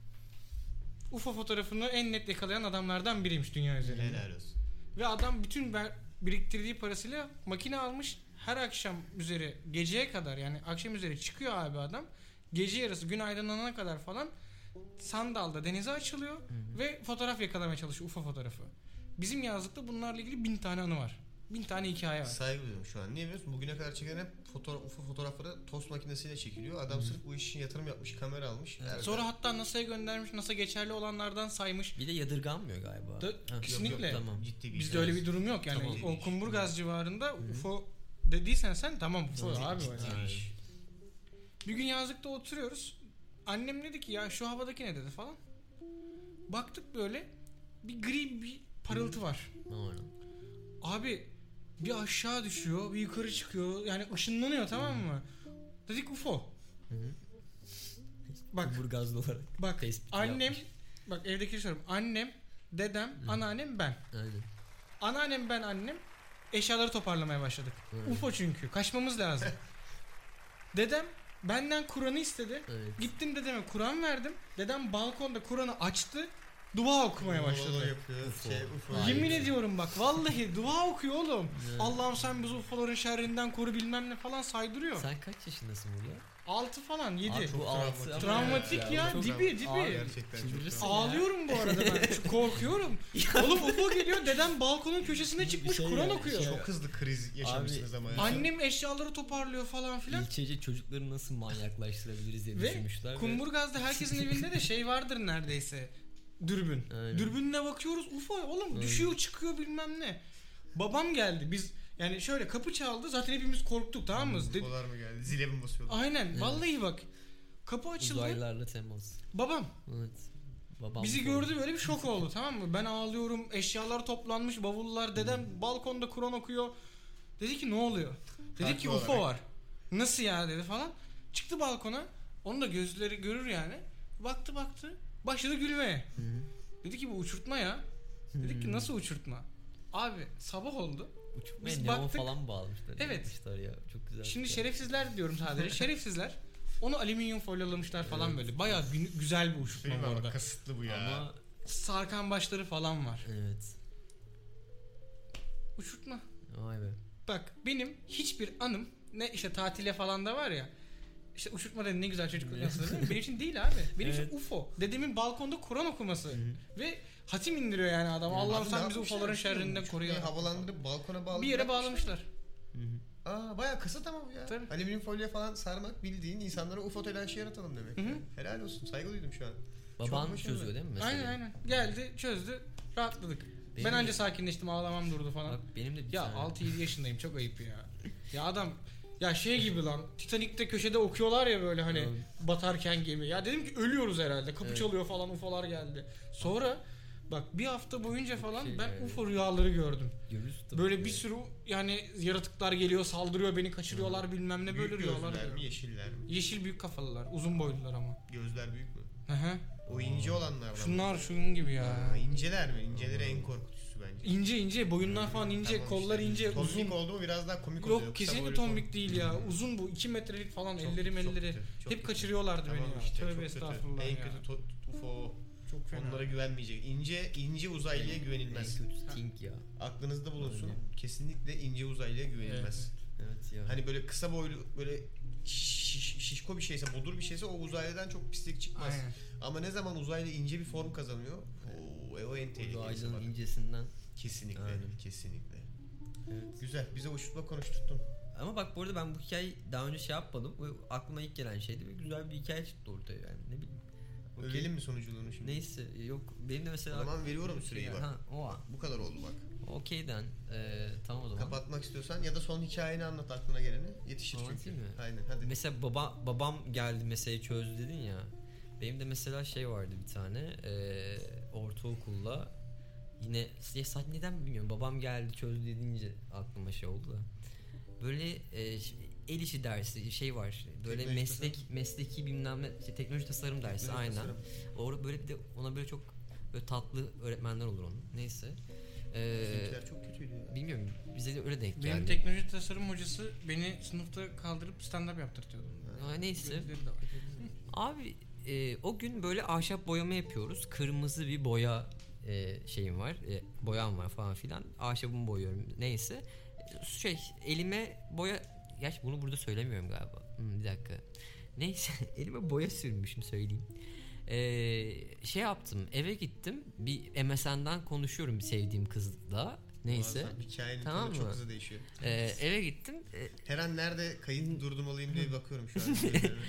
UFO fotoğrafını en net yakalayan adamlardan biriymiş dünya üzerinde. Helal olsun. Ve adam bütün biriktirdiği parasıyla makine almış. Her akşam üzeri geceye kadar, yani akşam üzeri çıkıyor abi adam. Gece yarısı gün aydınlanana kadar falan sandalda denize açılıyor ve fotoğraf yakalamaya çalışıyor, UFO fotoğrafı. Bizim yazlıkta bunlarla ilgili 1000 tane anı var. 1000 tane hikaye var. Saygı duyuyorum şu an. Niye biliyorsun? Bugüne kadar çekilen hep UFO fotoğrafları tost makinesiyle çekiliyor. Adam sırf bu iş için yatırım yapmış, kamera almış. Evet. Sonra hatta NASA'ya göndermiş, NASA geçerli olanlardan saymış. Bir de yadırganmıyor galiba. Da- Ha. kesinlikle. Yok, Tamam. ciddi bir Bizde öyle bir durum yok yani. Tamam. O Kumburgaz civarında UFO dediysen sen tamam UFO Ciddi- abi. ciddi Yani. bir iş. Bir gün yazlıkta oturuyoruz. Annem dedi ki ya şu havadaki ne dedi falan. Baktık böyle bir gri bir parıltı var. Aynen. Abi bir aşağı düşüyor, bir yukarı çıkıyor. Yani ışınlanıyor, tamam mı? Dedik UFO. Bak Kumburgazlı olarak. bak tespit annem yapmış. bak evdeki soruyorum. Annem, dedem, anneannem, ben. Aynen. Anneannem, ben, annem eşyaları toparlamaya başladık. Evet. UFO çünkü. Kaçmamız lazım. Dedem benden Kur'an'ı istedi. Evet. Gittim dedeme Kur'an verdim. Dedem balkonda Kur'an'ı açtı. Dua okumaya Lolo başladı. yapıyor. UFO. UFO. Hayır. Yemin ediyorum bak vallahi dua okuyor oğlum. Evet. Allah'ım sen bizi UFO'ların şerrinden koru bilmem ne falan saydırıyor. Sen kaç yaşındasın burada? 6 falan 7. Abi, bu altı ama- Travmatik ya, çok- dibi dibi. Abi, Gerçekten çok çıldırırsın. travmatik. Ağlıyorum bu arada ben. Çünkü korkuyorum. Oğlum UFO geliyor, dedem balkonun köşesine çıkmış şey Kur'an yani, okuyor. şey- Çok hızlı kriz yaşamışsınız ama ya. Annem eşyaları toparlıyor falan filan. İlçece çocukları nasıl manyaklaştırabiliriz diye Ve düşünmüşler. Kumburgaz'da herkesin evinde de şey vardır neredeyse. Dürbün. Aynen. Dürbünle bakıyoruz. UFO oğlum Aynen. düşüyor çıkıyor bilmem ne. Babam geldi. Biz yani şöyle kapı çaldı. Zaten hepimiz korktuk, tamam mı? UFO'lar mı geldi? Zile mi basıyorlar? Aynen. Evet. Vallahi bak. Kapı açıldı. Uzaylılarla temas. Babam Evet. Babam bizi bu gördü, böyle bir şok oldu, tamam mı? Ben ağlıyorum. Eşyalar toplanmış, bavullar. Dedem balkonda Kur'an okuyor. Dedi ki ne oluyor? Dedik ki Haklı UFO olarak. var. Nasıl ya dedi falan. Çıktı balkona. Onun da gözleri görür yani. Baktı. Başladı gülmeye. Dedi ki bu uçurtma ya. Dedik ki nasıl uçurtma? Abi sabah oldu. Uçurtmaya Biz neon baktık. falan bağlamışlar. Evet. Yapmışlar ya. Çok güzel. Şimdi şey. şerefsizler diyorum sadece. Şerefsizler. Onu alüminyum folyalamışlar falan böyle. Bayağı güzel bir uçurtma bu Bilmiyorum, arada. kasıtlı bu ya. Ama Sarkan başları falan var. evet. Uçurtma. Vay be. Bak benim hiçbir anım ne işte tatile falan da var ya. İşte uçurtma dedi ne güzel çocukluk anısı değil mi? Benim için değil abi. Benim Evet. için UFO. Dedemin balkonda Kur'an okuması. Ve hatim indiriyor yani adam. Allah'ım Abi sen ne bizi yapmışlar? UFO'ların şerrinden koru ya. Havalandırıp balkona bağlayıp Bir yere bırakmışlar. bağlamışlar. Bayağı kasıt ama bu ya. Tabii. Alüminyum folyo falan sarmak bildiğin insanlara UFO telaşı yaratalım demek. Hı hı. Yani. Helal olsun. Saygı duydum şu an. Baban başarılı. çözüyor değil mi mesela? Aynen. Geldi çözdü. Rahatladık. Benim ben de- anca sakinleştim, ağlamam durdu falan. Bak benim de bir Ya tane. 6-7 yaşındayım, çok ayıp ya. Ya adam ya şey gibi lan, Titanic'te köşede okuyorlar ya böyle hani Evet. batarken gemi. Ya dedim ki ölüyoruz herhalde. Kapı Evet. çalıyor falan, UFO'lar geldi. Sonra bak bir hafta boyunca falan Şey ben yani. UFO rüyaları gördüm. Görürüz tabii Böyle ki. bir sürü yani yaratıklar geliyor, saldırıyor, beni kaçırıyorlar bilmem ne, böyle Büyük rüyalar gözlüler mi? görüyorum. Yeşiller mi? Yeşil büyük kafalılar, uzun boylular ama. Gözler büyük mü? Hı hı. O ince olanlardan. Şunlar şunun gibi ya. İnceler mi? İnceleri en korkutucusu bence. İnce boyunlar falan ince, Tamam kollar işte. ince, Tombik uzun. oldu mu biraz daha komik oluyor. Yok Kısa kesinlikle boylu tombik değil ya. Uzun bu 2 metrelik falan, Çok- elleri çok melleri. kötü, çok Hep kötü. kaçırıyorlardı Tamam beni ya. işte, çok Tövbe kötü. estağfurullah En ya. kötü UFO. Çok fena. Onlara güvenmeyecek. İnce uzaylıya güvenilmez. En kötüsü Tink ya. Aklınızda bulunsun. Öyle. Kesinlikle ince uzaylıya güvenilmez. Evet ya. Hani böyle kısa boylu böyle şişko bir şeyse, bodur bir şeyse o uzaylıdan çok pislik çıkmaz. Aynen. Ama ne zaman uzaylı ince bir form kazanıyor, o en tehlikelisi Uzaylı'nın bak. incesinden. Kesinlikle, Aynen. kesinlikle. Evet. Güzel, bize uçurtma konuşturttun. Ama bak bu arada ben bu hikayeyi daha önce şey yapmadım. Bu aklıma ilk gelen şeydi ve güzel bir hikaye çıktı ortaya yani ne bileyim. Okey. Övelim mi sonuculuğunu şimdi? Neyse yok benim de O mesela. zaman veriyorum süreyi bak. Ha, o an. Bu kadar oldu bak. Okeyden tamam o zaman. Kapatmak istiyorsan ya da son hikayeni anlat aklına geleni. Yetişir çünkü. Anlatayım mı? Aynen hadi. Mesela babam geldi meseleyi çözdü dedin ya. Benim de mesela şey vardı bir tane ortaokulda yine neden bilmiyorum babam geldi çözdü dedince aklıma şey oldu da. Böyle el işi dersi şey var. Böyle Teknoloji mesleki bilmem ne teknoloji tasarım dersi Teknoloji aynen. tasarım. Orada böyle bir de ona böyle çok böyle tatlı öğretmenler olur onun. Neyse. Bizimkiler çok kötüydü ya. Bilmiyorum bize de öyle denk geldi. Benim teknoloji tasarım hocası beni sınıfta kaldırıp stand-up yaptırtıyordu. Neyse. Gözleri de var. Abi o gün böyle ahşap boyama yapıyoruz. Kırmızı bir boya şeyim var. Boyam var falan filan. Ahşabımı boyuyorum. Neyse. Elime boya... Gerçi bunu burada söylemiyorum galiba. Bir dakika. Neyse elime boya sürmüşüm söyleyeyim. Şey yaptım. Eve gittim. Bir MSN'den konuşuyorum bir sevdiğim kızla. Neyse. Muazzam. Hikayenin Tamam tonu çok mı? hızlı değişiyor. Eve gittim. Her an nerede kayıt durdurmalıyım diye bakıyorum şu an.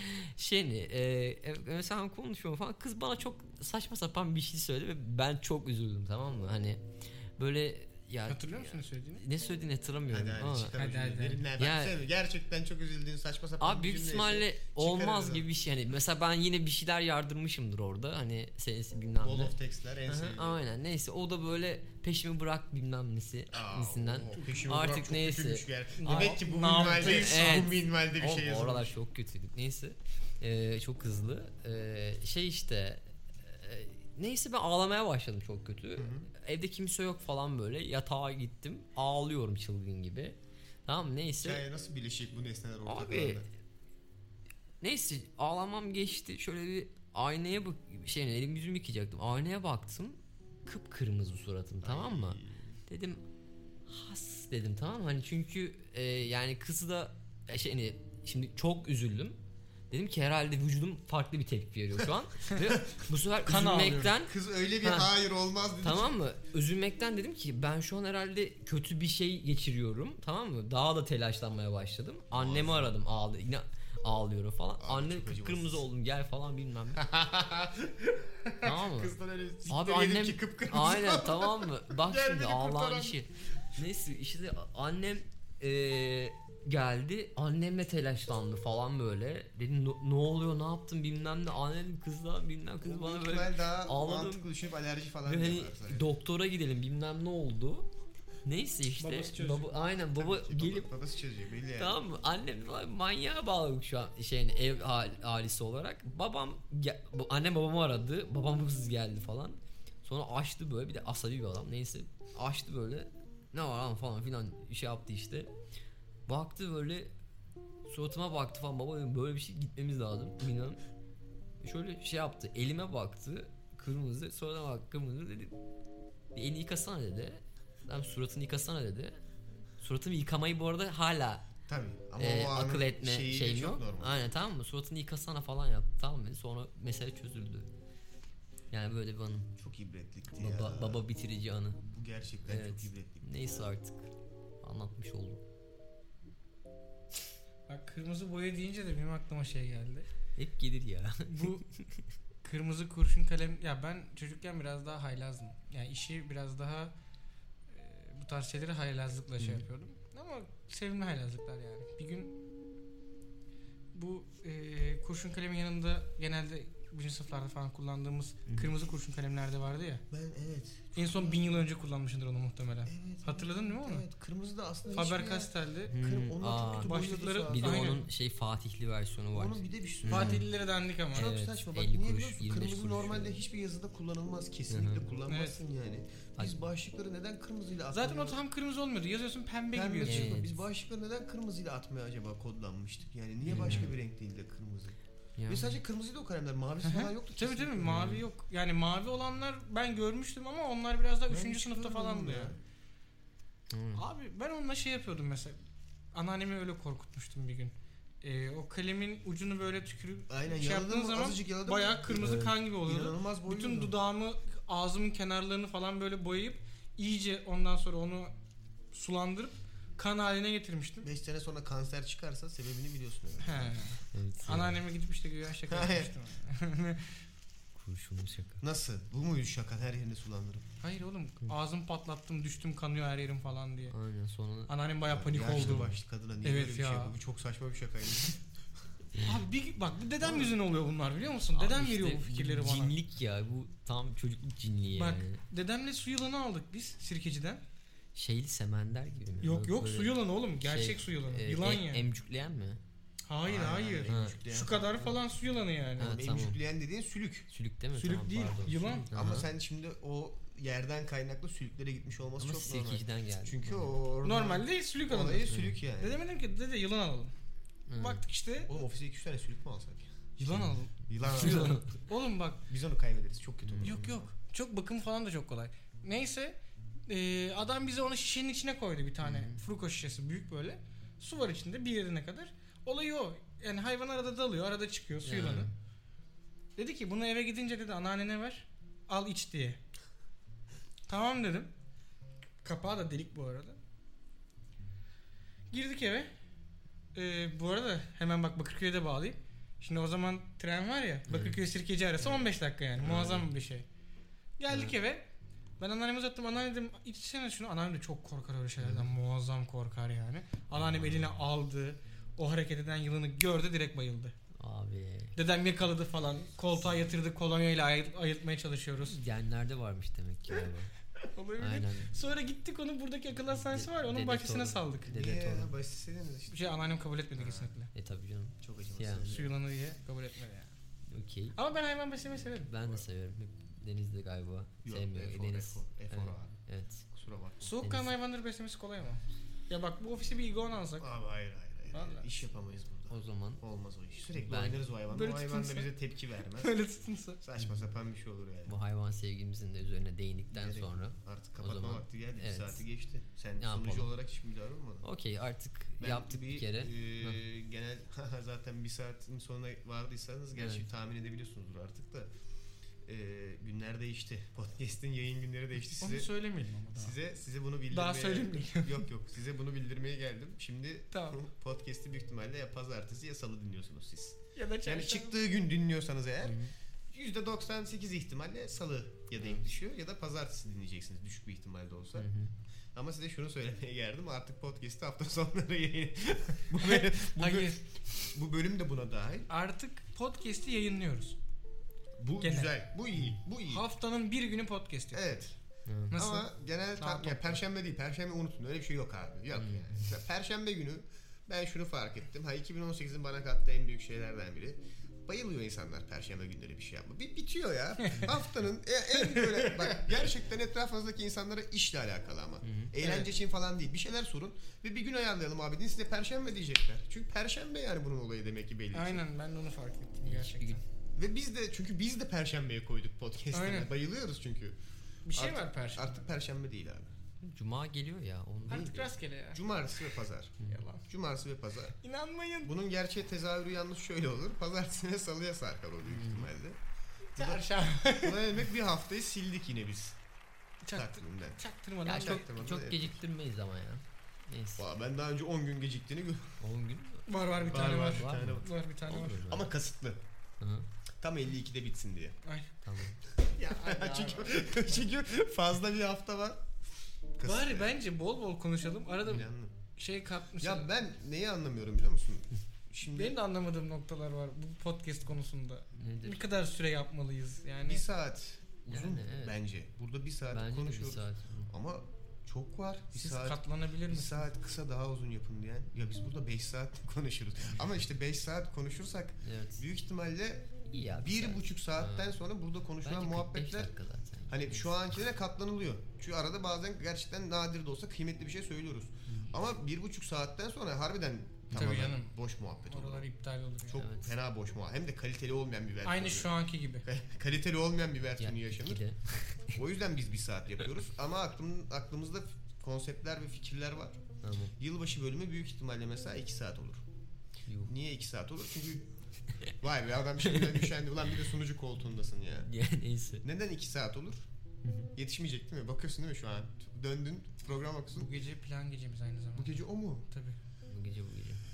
Mesela konuşuyorum falan, kız bana çok saçma sapan bir şey söyledi ve ben çok üzüldüm, tamam mı? Hani böyle ya, Hatırlıyor musun ne söylediğini? ne söylediğini hatırlamıyorum Hadi ama çıkar o Hadi, cümleleri. hadi. Ne, Ya- bak, sen gerçekten çok üzüldüğün saçma sapan abi büyük cümleyse ihtimalle çıkar olmaz aradan. gibi bir şey. Hani mesela ben yine bir şeyler yardırmışımdır orada, hani senesi bilmem Wall ne. of text'ler en Aha, sevdiğim. aynen, neyse o da böyle peşimi bırak bilmem nesi nesinden. Peşimi Artık bırak, çok neyse. kötüymüş yani. Aa, Demek ki bu ne minvalde, yaptıysa. bu minvalde bir şey O yazılmış. oralar çok kötüydü. Neyse. Çok hızlı. Şey işte neyse ben ağlamaya başladım çok kötü. Hı hı. Evde kimse yok falan böyle. Yatağa gittim. Ağlıyorum çılgın gibi. Tamam mı? Neyse. Hikaye nasıl birleşik bu nesneler ortak Abi alanda? neyse ağlamam geçti. Şöyle bir aynaya bak, elimi yüzümü yıkayacaktım. Aynaya baktım. Kıpkırmızı suratım, tamam mı? Dedim has dedim, tamam mı? Hani çünkü yani kızı da şimdi çok üzüldüm. Dedim ki herhalde vücudum farklı bir tepki veriyor şu an. Ve bu sefer Kan üzülmekten Kız öyle bir Ha. hayır olmaz dedi. tamam mı? Üzülmekten dedim ki ben şu an herhalde kötü bir şey geçiriyorum. Tamam mı? Daha da telaşlanmaya başladım. Annemi aradım, yine ağlıyorum falan. Abi Anne çok kıpkırmızı acımasız. oldum gel falan bilmem ne. Tamam mı? Kızdan öyle Abi siktir yedim annem ki kıpkırmızı. aynen tamam mı? Bak Gel şimdi beni Allah'ın kurtaran. işi. Neyse işte annem geldi. Annemle telaşlandı falan böyle. Dedim ne oluyor, ne yaptın bilmem ne. Annem kızla bilmem kız bana böyle. ihtimal daha ağladım. mantıklı düşünüp alerji falan Ve hani diyorlar. doktora gidelim bilmem ne oldu. Neyse işte Babası çözecek. aynen baba gelip babası çözüyor belli yani. tamam mı? Annem manyağa bağladık şu an ev ailesi olarak. Annem babamı aradı. Babam hırsız geldi falan. Sonra açtı böyle, bir de asabi bir adam. Neyse açtı böyle. Ne var lan falan filan şey yaptı işte. Baktı böyle suratıma baktı falan, baba dedim böyle bir şey gitmemiz lazım. İnan. Şöyle şey yaptı. Elime baktı. Kırmızı. Sonra bak kırmızı dedi. Bir elini yıkasana dedi. Tamam suratını yıkasana dedi. Suratımı yıkamayı bu arada hala Tabii. Ama o anın akıl etme şeyiyle şeyim çok yok. normal. Aynen tamam mı? Suratını yıkasana falan yaptı. Tamam mı? Sonra mesele çözüldü. Yani böyle bir anım. Çok ibretlikti ya. Baba bitirici anı. Bu gerçekten Evet. çok ibretlikti. Neyse artık. Anlatmış oldum. Bak kırmızı boya deyince de benim aklıma şey geldi. Hep gelir ya. Bu kırmızı kurşun kalem, ya ben çocukken biraz daha haylazdım. Yani işi biraz daha bu tarz şeyleri haylazlıkla şey yapıyordum. Ama sevimli haylazlıklar yani. Bir gün bu kurşun kalemin yanında genelde birinci sınıflarda falan kullandığımız kırmızı kurşun kalemlerde vardı ya. Ben evet. En son 1000 yıl önce kullanmışındır onu muhtemelen. Evet. Hatırladın değil mi onu? Evet. Kırmızı da aslında Faber-Castell'di. Onlar çok kötü başlıkları- boyadı Bir de Aynen. onun Fatihli versiyonu var. Onun bir de bir sürü. Fatihlileri dandik ama. Çok Evet, saçma. Bak 50 niye kuruş, biliyor musun? 25 Kırmızı kuruş normalde yani. hiçbir yazıda kullanılmaz. Kesinlikle kullanmazsın yani. Biz başlıkları neden kırmızıyla atmıyoruz? Zaten o tam kırmızı olmuyordu. Yazıyorsun pembe gibi Pembe yazıyor. çıkıyor. Evet. Biz başlıkları neden kırmızıyla atmaya acaba kodlanmıştık? Yani niye başka bir renk değil de kırmızı? Yani. Ve sadece kırmızıydı o kalemler. Mavisi falan yoktu. Tabii kesinlikle. tabii mavi yok. Yani mavi olanlar ben görmüştüm ama onlar biraz daha Ben 3. hiç sınıfta görmedim falandı ya. Hmm. Abi ben onunla şey yapıyordum mesela. Anneannemi öyle korkutmuştum bir gün. O kalemin ucunu böyle tükürüp Aynen şey yaladım yaptığın mı? zaman Azıcık yaladım bayağı mı? kırmızı Evet. kan gibi oluyordu. İnanılmaz boyuyordu. Bütün dudağımı, ağzımın kenarlarını falan böyle boyayıp iyice ondan sonra onu sulandırıp kan haline getirmiştim. 5 sene sonra kanser çıkarsa sebebini biliyorsun. Evet. He. Evet, Anneanneme gidip işte güya şaka yapmıştım. kurşunlu şaka. Nasıl? Bu muydu şaka? Her yerini sulandırıp. Hayır oğlum ağzım patlattım düştüm kanıyor her yerim falan diye. Aynen sonra Anneannem bayağı panik Yaşlı oldu. başlı kadına niye Evet böyle bir ya. şey yapıyor? Bu çok saçma bir şakaydı. Abi bak bu dedem yüzünden oluyor bunlar biliyor musun? Abi Dedem işte veriyor bu fikirleri bana. Cinlik ya, bu tam çocukluk cinliği Bak yani. dedemle su yılanı aldık biz sirkeciden. Şeyli semender gibi mi? Yok yok Böyle su yılanı oğlum gerçek şey, su yılanı. Yılan ya. Emcükleyen mi? Hayır hayır. Ha. Şu kadar falan su yılanı yani. Ha, tamam. Emcükleyen dediğin sülük. Sülük değil mi? Sülük Tamam, değil, pardon. yılan. Sülük. Ama Aha. sen şimdi o yerden kaynaklı sülüklere gitmiş olması Ama çok normal. sirkeciden geldi. Çünkü o orada Normalde sülük olayı alınır. sülük yani. Dedem dedim ki dede yılan alalım. Hı. Baktık işte Oğlum ofise 2-3 tane sülük mü alsak ya? yılan alalım. Yılan Oğlum bak Biz onu kaybederiz. Çok kötü olur. yok yok. Çok bakım falan da çok kolay. Neyse adam bize onu şişenin içine koydu bir tane. Fruko şişesi büyük böyle. Su var içinde bir yerine kadar. Olayı o. Yani hayvan arada dalıyor arada çıkıyor su Yani. yılanı. Dedi ki bunu eve gidince dedi anneannene ver. Al iç diye. Tamam dedim. Kapağı da delik bu arada. Girdik eve. Bu arada hemen bak Bakırköy'e de bağlayayım. Şimdi o zaman tren var ya Bakırköy Sirkeci arası 15 dakika yani. Muazzam bir şey. Geldik eve. Ben anneanneme uzattım. Anneanne dedim içsene şunu. Anneannem de çok korkar öyle şeylerden. Muazzam korkar yani. Anneannem eline aldı. O hareket eden yılanı gördü direkt bayıldı. Abi. Dedem yakaladı falan. Koltuğa yatırdık kolonyayla ayıltmaya çalışıyoruz. Genlerde varmış demek ki galiba. Olabilir. Aynen. Sonra gittik onun buradaki akıl hastanesi var ya onun Dede bahçesine torun. saldık. Dede Niye torun. ya? Başlasaydınız işte. Bir şey anneannem kabul etmedi kesinlikle. Tabii canım. Çok acımasız. Yani. Su yılanı diye kabul etmedi yani. Okey. Ama ben hayvan beslemeyi severim. Ben de seviyorum. Hep Deniz'de galiba Yok, sevmiyor. efor, Deniz. efor Evet. abi. Evet. Kusura bakma. Soğukkanlı Deniz. hayvanları beslemesi kolay ama. Ya bak bu ofisi bir iguana alsak. Abi hayır. Vallahi. İş yapamayız burada. O zaman Olmaz o iş. Sürekli Ben- oynarız o hayvanla. Böyle O hayvan da tutunsa- bize tepki vermez. Öyle tutunsa. Saçma sapan bir şey olur yani. bu hayvan sevgimizin de üzerine değindikten Gerek sonra Artık kapatma zaman- vakti geldi. evet. Bir saati geçti. Sen Ne sonucu yapalım? olarak hiç müdahale olmadın. okey artık Ben yaptık bir kere. Genel zaten bir saatin sonuna vardıysanız gerçi Evet. tahmin edebiliyorsunuzdur artık da günler değişti. Podcast'in yayın günleri değişti. Onu Size söylemeyelim ama daha. size bunu bildirmeye Daha söylemeyelim. yok size bunu bildirmeye geldim. Şimdi Tamam. podcast'i büyük ihtimalle ya pazartesi ya salı dinliyorsunuz siz. Ya da Yani çarşamba. çıktığı gün dinliyorsanız eğer Hı hı. %98 ihtimalle salı ya denk düşüyor ya da pazartesi dinleyeceksiniz düşük bir ihtimalde olsa. Hı hı. Ama size şunu söylemeye geldim. Artık podcast'i hafta sonları yayın. bu Hayır. bu bölüm de buna dahil. Artık podcast'i yayınlıyoruz. Bu Gene. güzel. Bu iyi. Bu iyi. Haftanın bir günü podcast yapıyoruz. Evet. Hı. Nasıl? Ama genel Daha ya toplu. perşembe değil. Perşembe unutun. Öyle bir şey yok abi. Yok yani. Mesela perşembe günü ben şunu fark ettim. 2018'in bana kattığı en büyük şeylerden biri. Bayılıyor insanlar perşembe günleri bir şey yapma. Bitiyor ya. Haftanın en böyle bak gerçekten etrafınızdaki insanlara işle alakalı ama. Eğlence Evet. için falan değil. Bir şeyler sorun ve bir gün ayarlayalım abi. Deyin size perşembe diyecekler. Çünkü perşembe yani bunun olayı demek ki belli ki. Aynen ben de onu fark ettim Hiçbir gerçekten. gün. Ve biz de perşembeye koyduk podcast'te. Aynen. Bayılıyoruz çünkü. Bir şey Artık- var perşembe. Artık perşembe değil abi. Cuma geliyor ya. Onu değil Artık de. rastgele ya. Cumartesi ve pazar. Yalan. Cumartesi ve pazar. İnanmayın. Bunun gerçeğe tezahürü yalnız şöyle olur. Pazartesi ve salıya sarkar o büyük ihtimalle. Çarşamba. Buna demek bir haftayı sildik yine biz. Çaktır. Takvimden. Çaktırmadan. Ya çok Çaktırmadan çok evet. geciktirmeyiz ama ya. Neyse. Valla ben daha önce 10 gün geciktiğini 10 gün mü? Var bir tane var. Bir tane var. Var bir tane var. Olur mu? Ama kasıtlı. Hı hı. Tam 52'de bitsin diye. Ay. Tamam. Ya, çünkü fazla bir hafta var. Bari yani. bence bol bol konuşalım. Arada İnanın. şey katmış. Ya ben neyi anlamıyorum biliyor musun? Şimdi Benim de anlamadığım noktalar var bu podcast konusunda. Nedir? Ne kadar süre yapmalıyız yani? 1 saat uzun Yani evet. bence. Burada 1 saat Bence de bir konuşuyoruz. saat. Ama çok var. Bir Siz saat, katlanabilir bir misiniz? saat kısa daha uzun yapın diyen. Ya biz burada 5 saat konuşuruz. Ama işte 5 saat konuşursak Evet. büyük ihtimalle İyi ya. 1,5 saatten Ha. sonra burada konuşulan Bence 45 muhabbetler dakika zaten. hani şu ankine katlanılıyor. Çünkü arada bazen gerçekten nadir de olsa kıymetli bir şey söylüyoruz. Ama 1,5 saatten sonra harbiden tamamen canım. boş muhabbet olur. Oralar iptal olur. Çok Evet. fena boş muhabbet. Hem de kaliteli olmayan bir versiyonu. Aynı şu anki gibi. Kaliteli olmayan bir versiyonu Ya, yaşanır. ikide. O yüzden biz 1 saat yapıyoruz. Ama aklımızda konseptler ve fikirler var. Tamam. Yılbaşı bölümü büyük ihtimalle mesela 2 saat olur. Yuh. Niye 2 saat olur? Çünkü vay be adam şimdiden üşendi. Ulan bir de sunucu koltuğundasın ya. Ya neyse. Neden 2 saat olur? Yetişmeyecek değil mi? Bakıyorsun değil mi şu an? Döndün program bakıyorsun. Bu gece plan gecemiz aynı zamanda. Bu gece o mu? Tabii. Bu gece.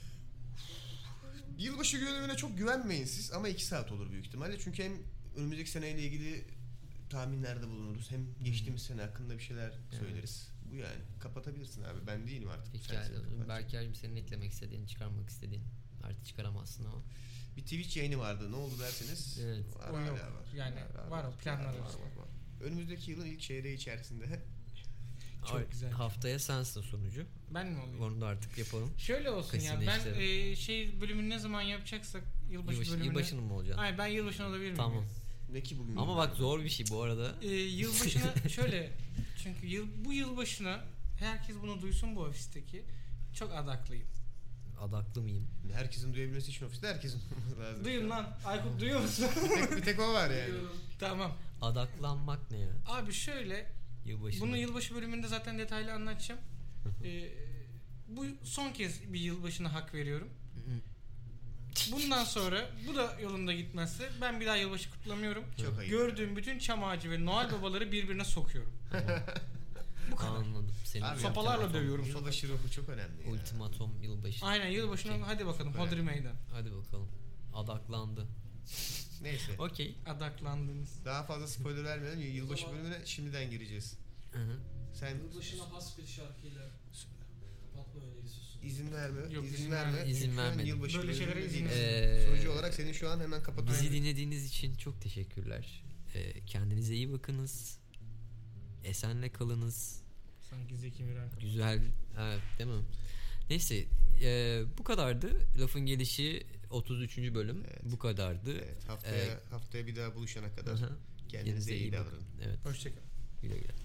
Yılbaşı bölümüne çok güvenmeyin siz ama 2 saat olur büyük ihtimalle. Çünkü hem önümüzdeki seneyle ilgili tahminlerde bulunuruz. Hem geçtiğimiz sene hakkında bir şeyler söyleriz. Bu yani. Kapatabilirsin abi. Ben değilim artık. Peki Sen kapatacaksın. Berker'cim senin eklemek istediğin, çıkarmak istediğin. Artık çıkaramazsın ama. Bir Twitch yayını vardı. Ne oldu derseniz. Evet. Var, O hala yok. var. Yani var o planlar Var. arasında. Önümüzdeki yılın ilk çeyreği içerisinde. Çok güzel. Haftaya sensin sunucu. Ben mi olayım? Onu da artık yapalım. Şöyle olsun ya. Kasine Ben işleri. bölümünü ne zaman yapacaksak yılbaşı bölümünü. Yılbaşının mı olacaksın? Hayır ben yılbaşına olabilir miyim? Tamam. Ne ki bugün? Ama bak zor bir şey bu arada. Yılbaşına şöyle çünkü bu yılbaşına herkes bunu duysun bu ofisteki. Çok adaklıyım. Adaklı mıyım? Herkesin duyabilmesi için ofiste herkesin lazım. Duyun lan. Aykut duyuyor musun? bir tek o var yani. Tamam. Adaklanmak ne ya? Abi şöyle Yılbaşı. bunu yılbaşı bölümünde zaten detaylı anlatacağım. Bu son kez bir yılbaşına hak veriyorum. Bundan sonra bu da yolunda gitmezse ben bir daha yılbaşı kutlamıyorum. Çok ayıp. Gördüğüm bütün çam ağacı ve Noel babaları birbirine sokuyorum. Bu kadar. Anladım. Senin Abi, Sopalarla ultimatom- dövüyorum. Yılbaşı ruhu çok önemli ya. Ultimatom yılbaşı. Aynen yılbaşına Okey. hadi bakalım Süper. hodri meydan. Hadi bakalım. Adaklandı. Neyse. Okey. Adaklandınız. Daha fazla spoiler vermeyelim. Yılbaşı bölümüne şimdiden gireceğiz. Hı hı. Sen Yılbaşına has bir şarkıyla kapatma önerisi sun. izin verme. Yok, izin izin verme. verme. İzin Çünkü ben vermedim. Yılbaşı Böyle bölümünde şeylere izin değilim. Sunucu olarak senin şu an hemen kapatıyorum. Bizi dinlediğiniz için çok teşekkürler. Kendinize iyi bakınız. Esenle kalınız. Sanki Zeki Müren kapattı. Güzel. Evet, değil mi? Neyse. Bu kadardı. Lafın gelişi 33. bölüm. Evet. Bu kadardı. Evet, haftaya bir daha buluşana kadar Aha. kendinize iyi davranın. Evet. Hoşçakalın. Güle güle.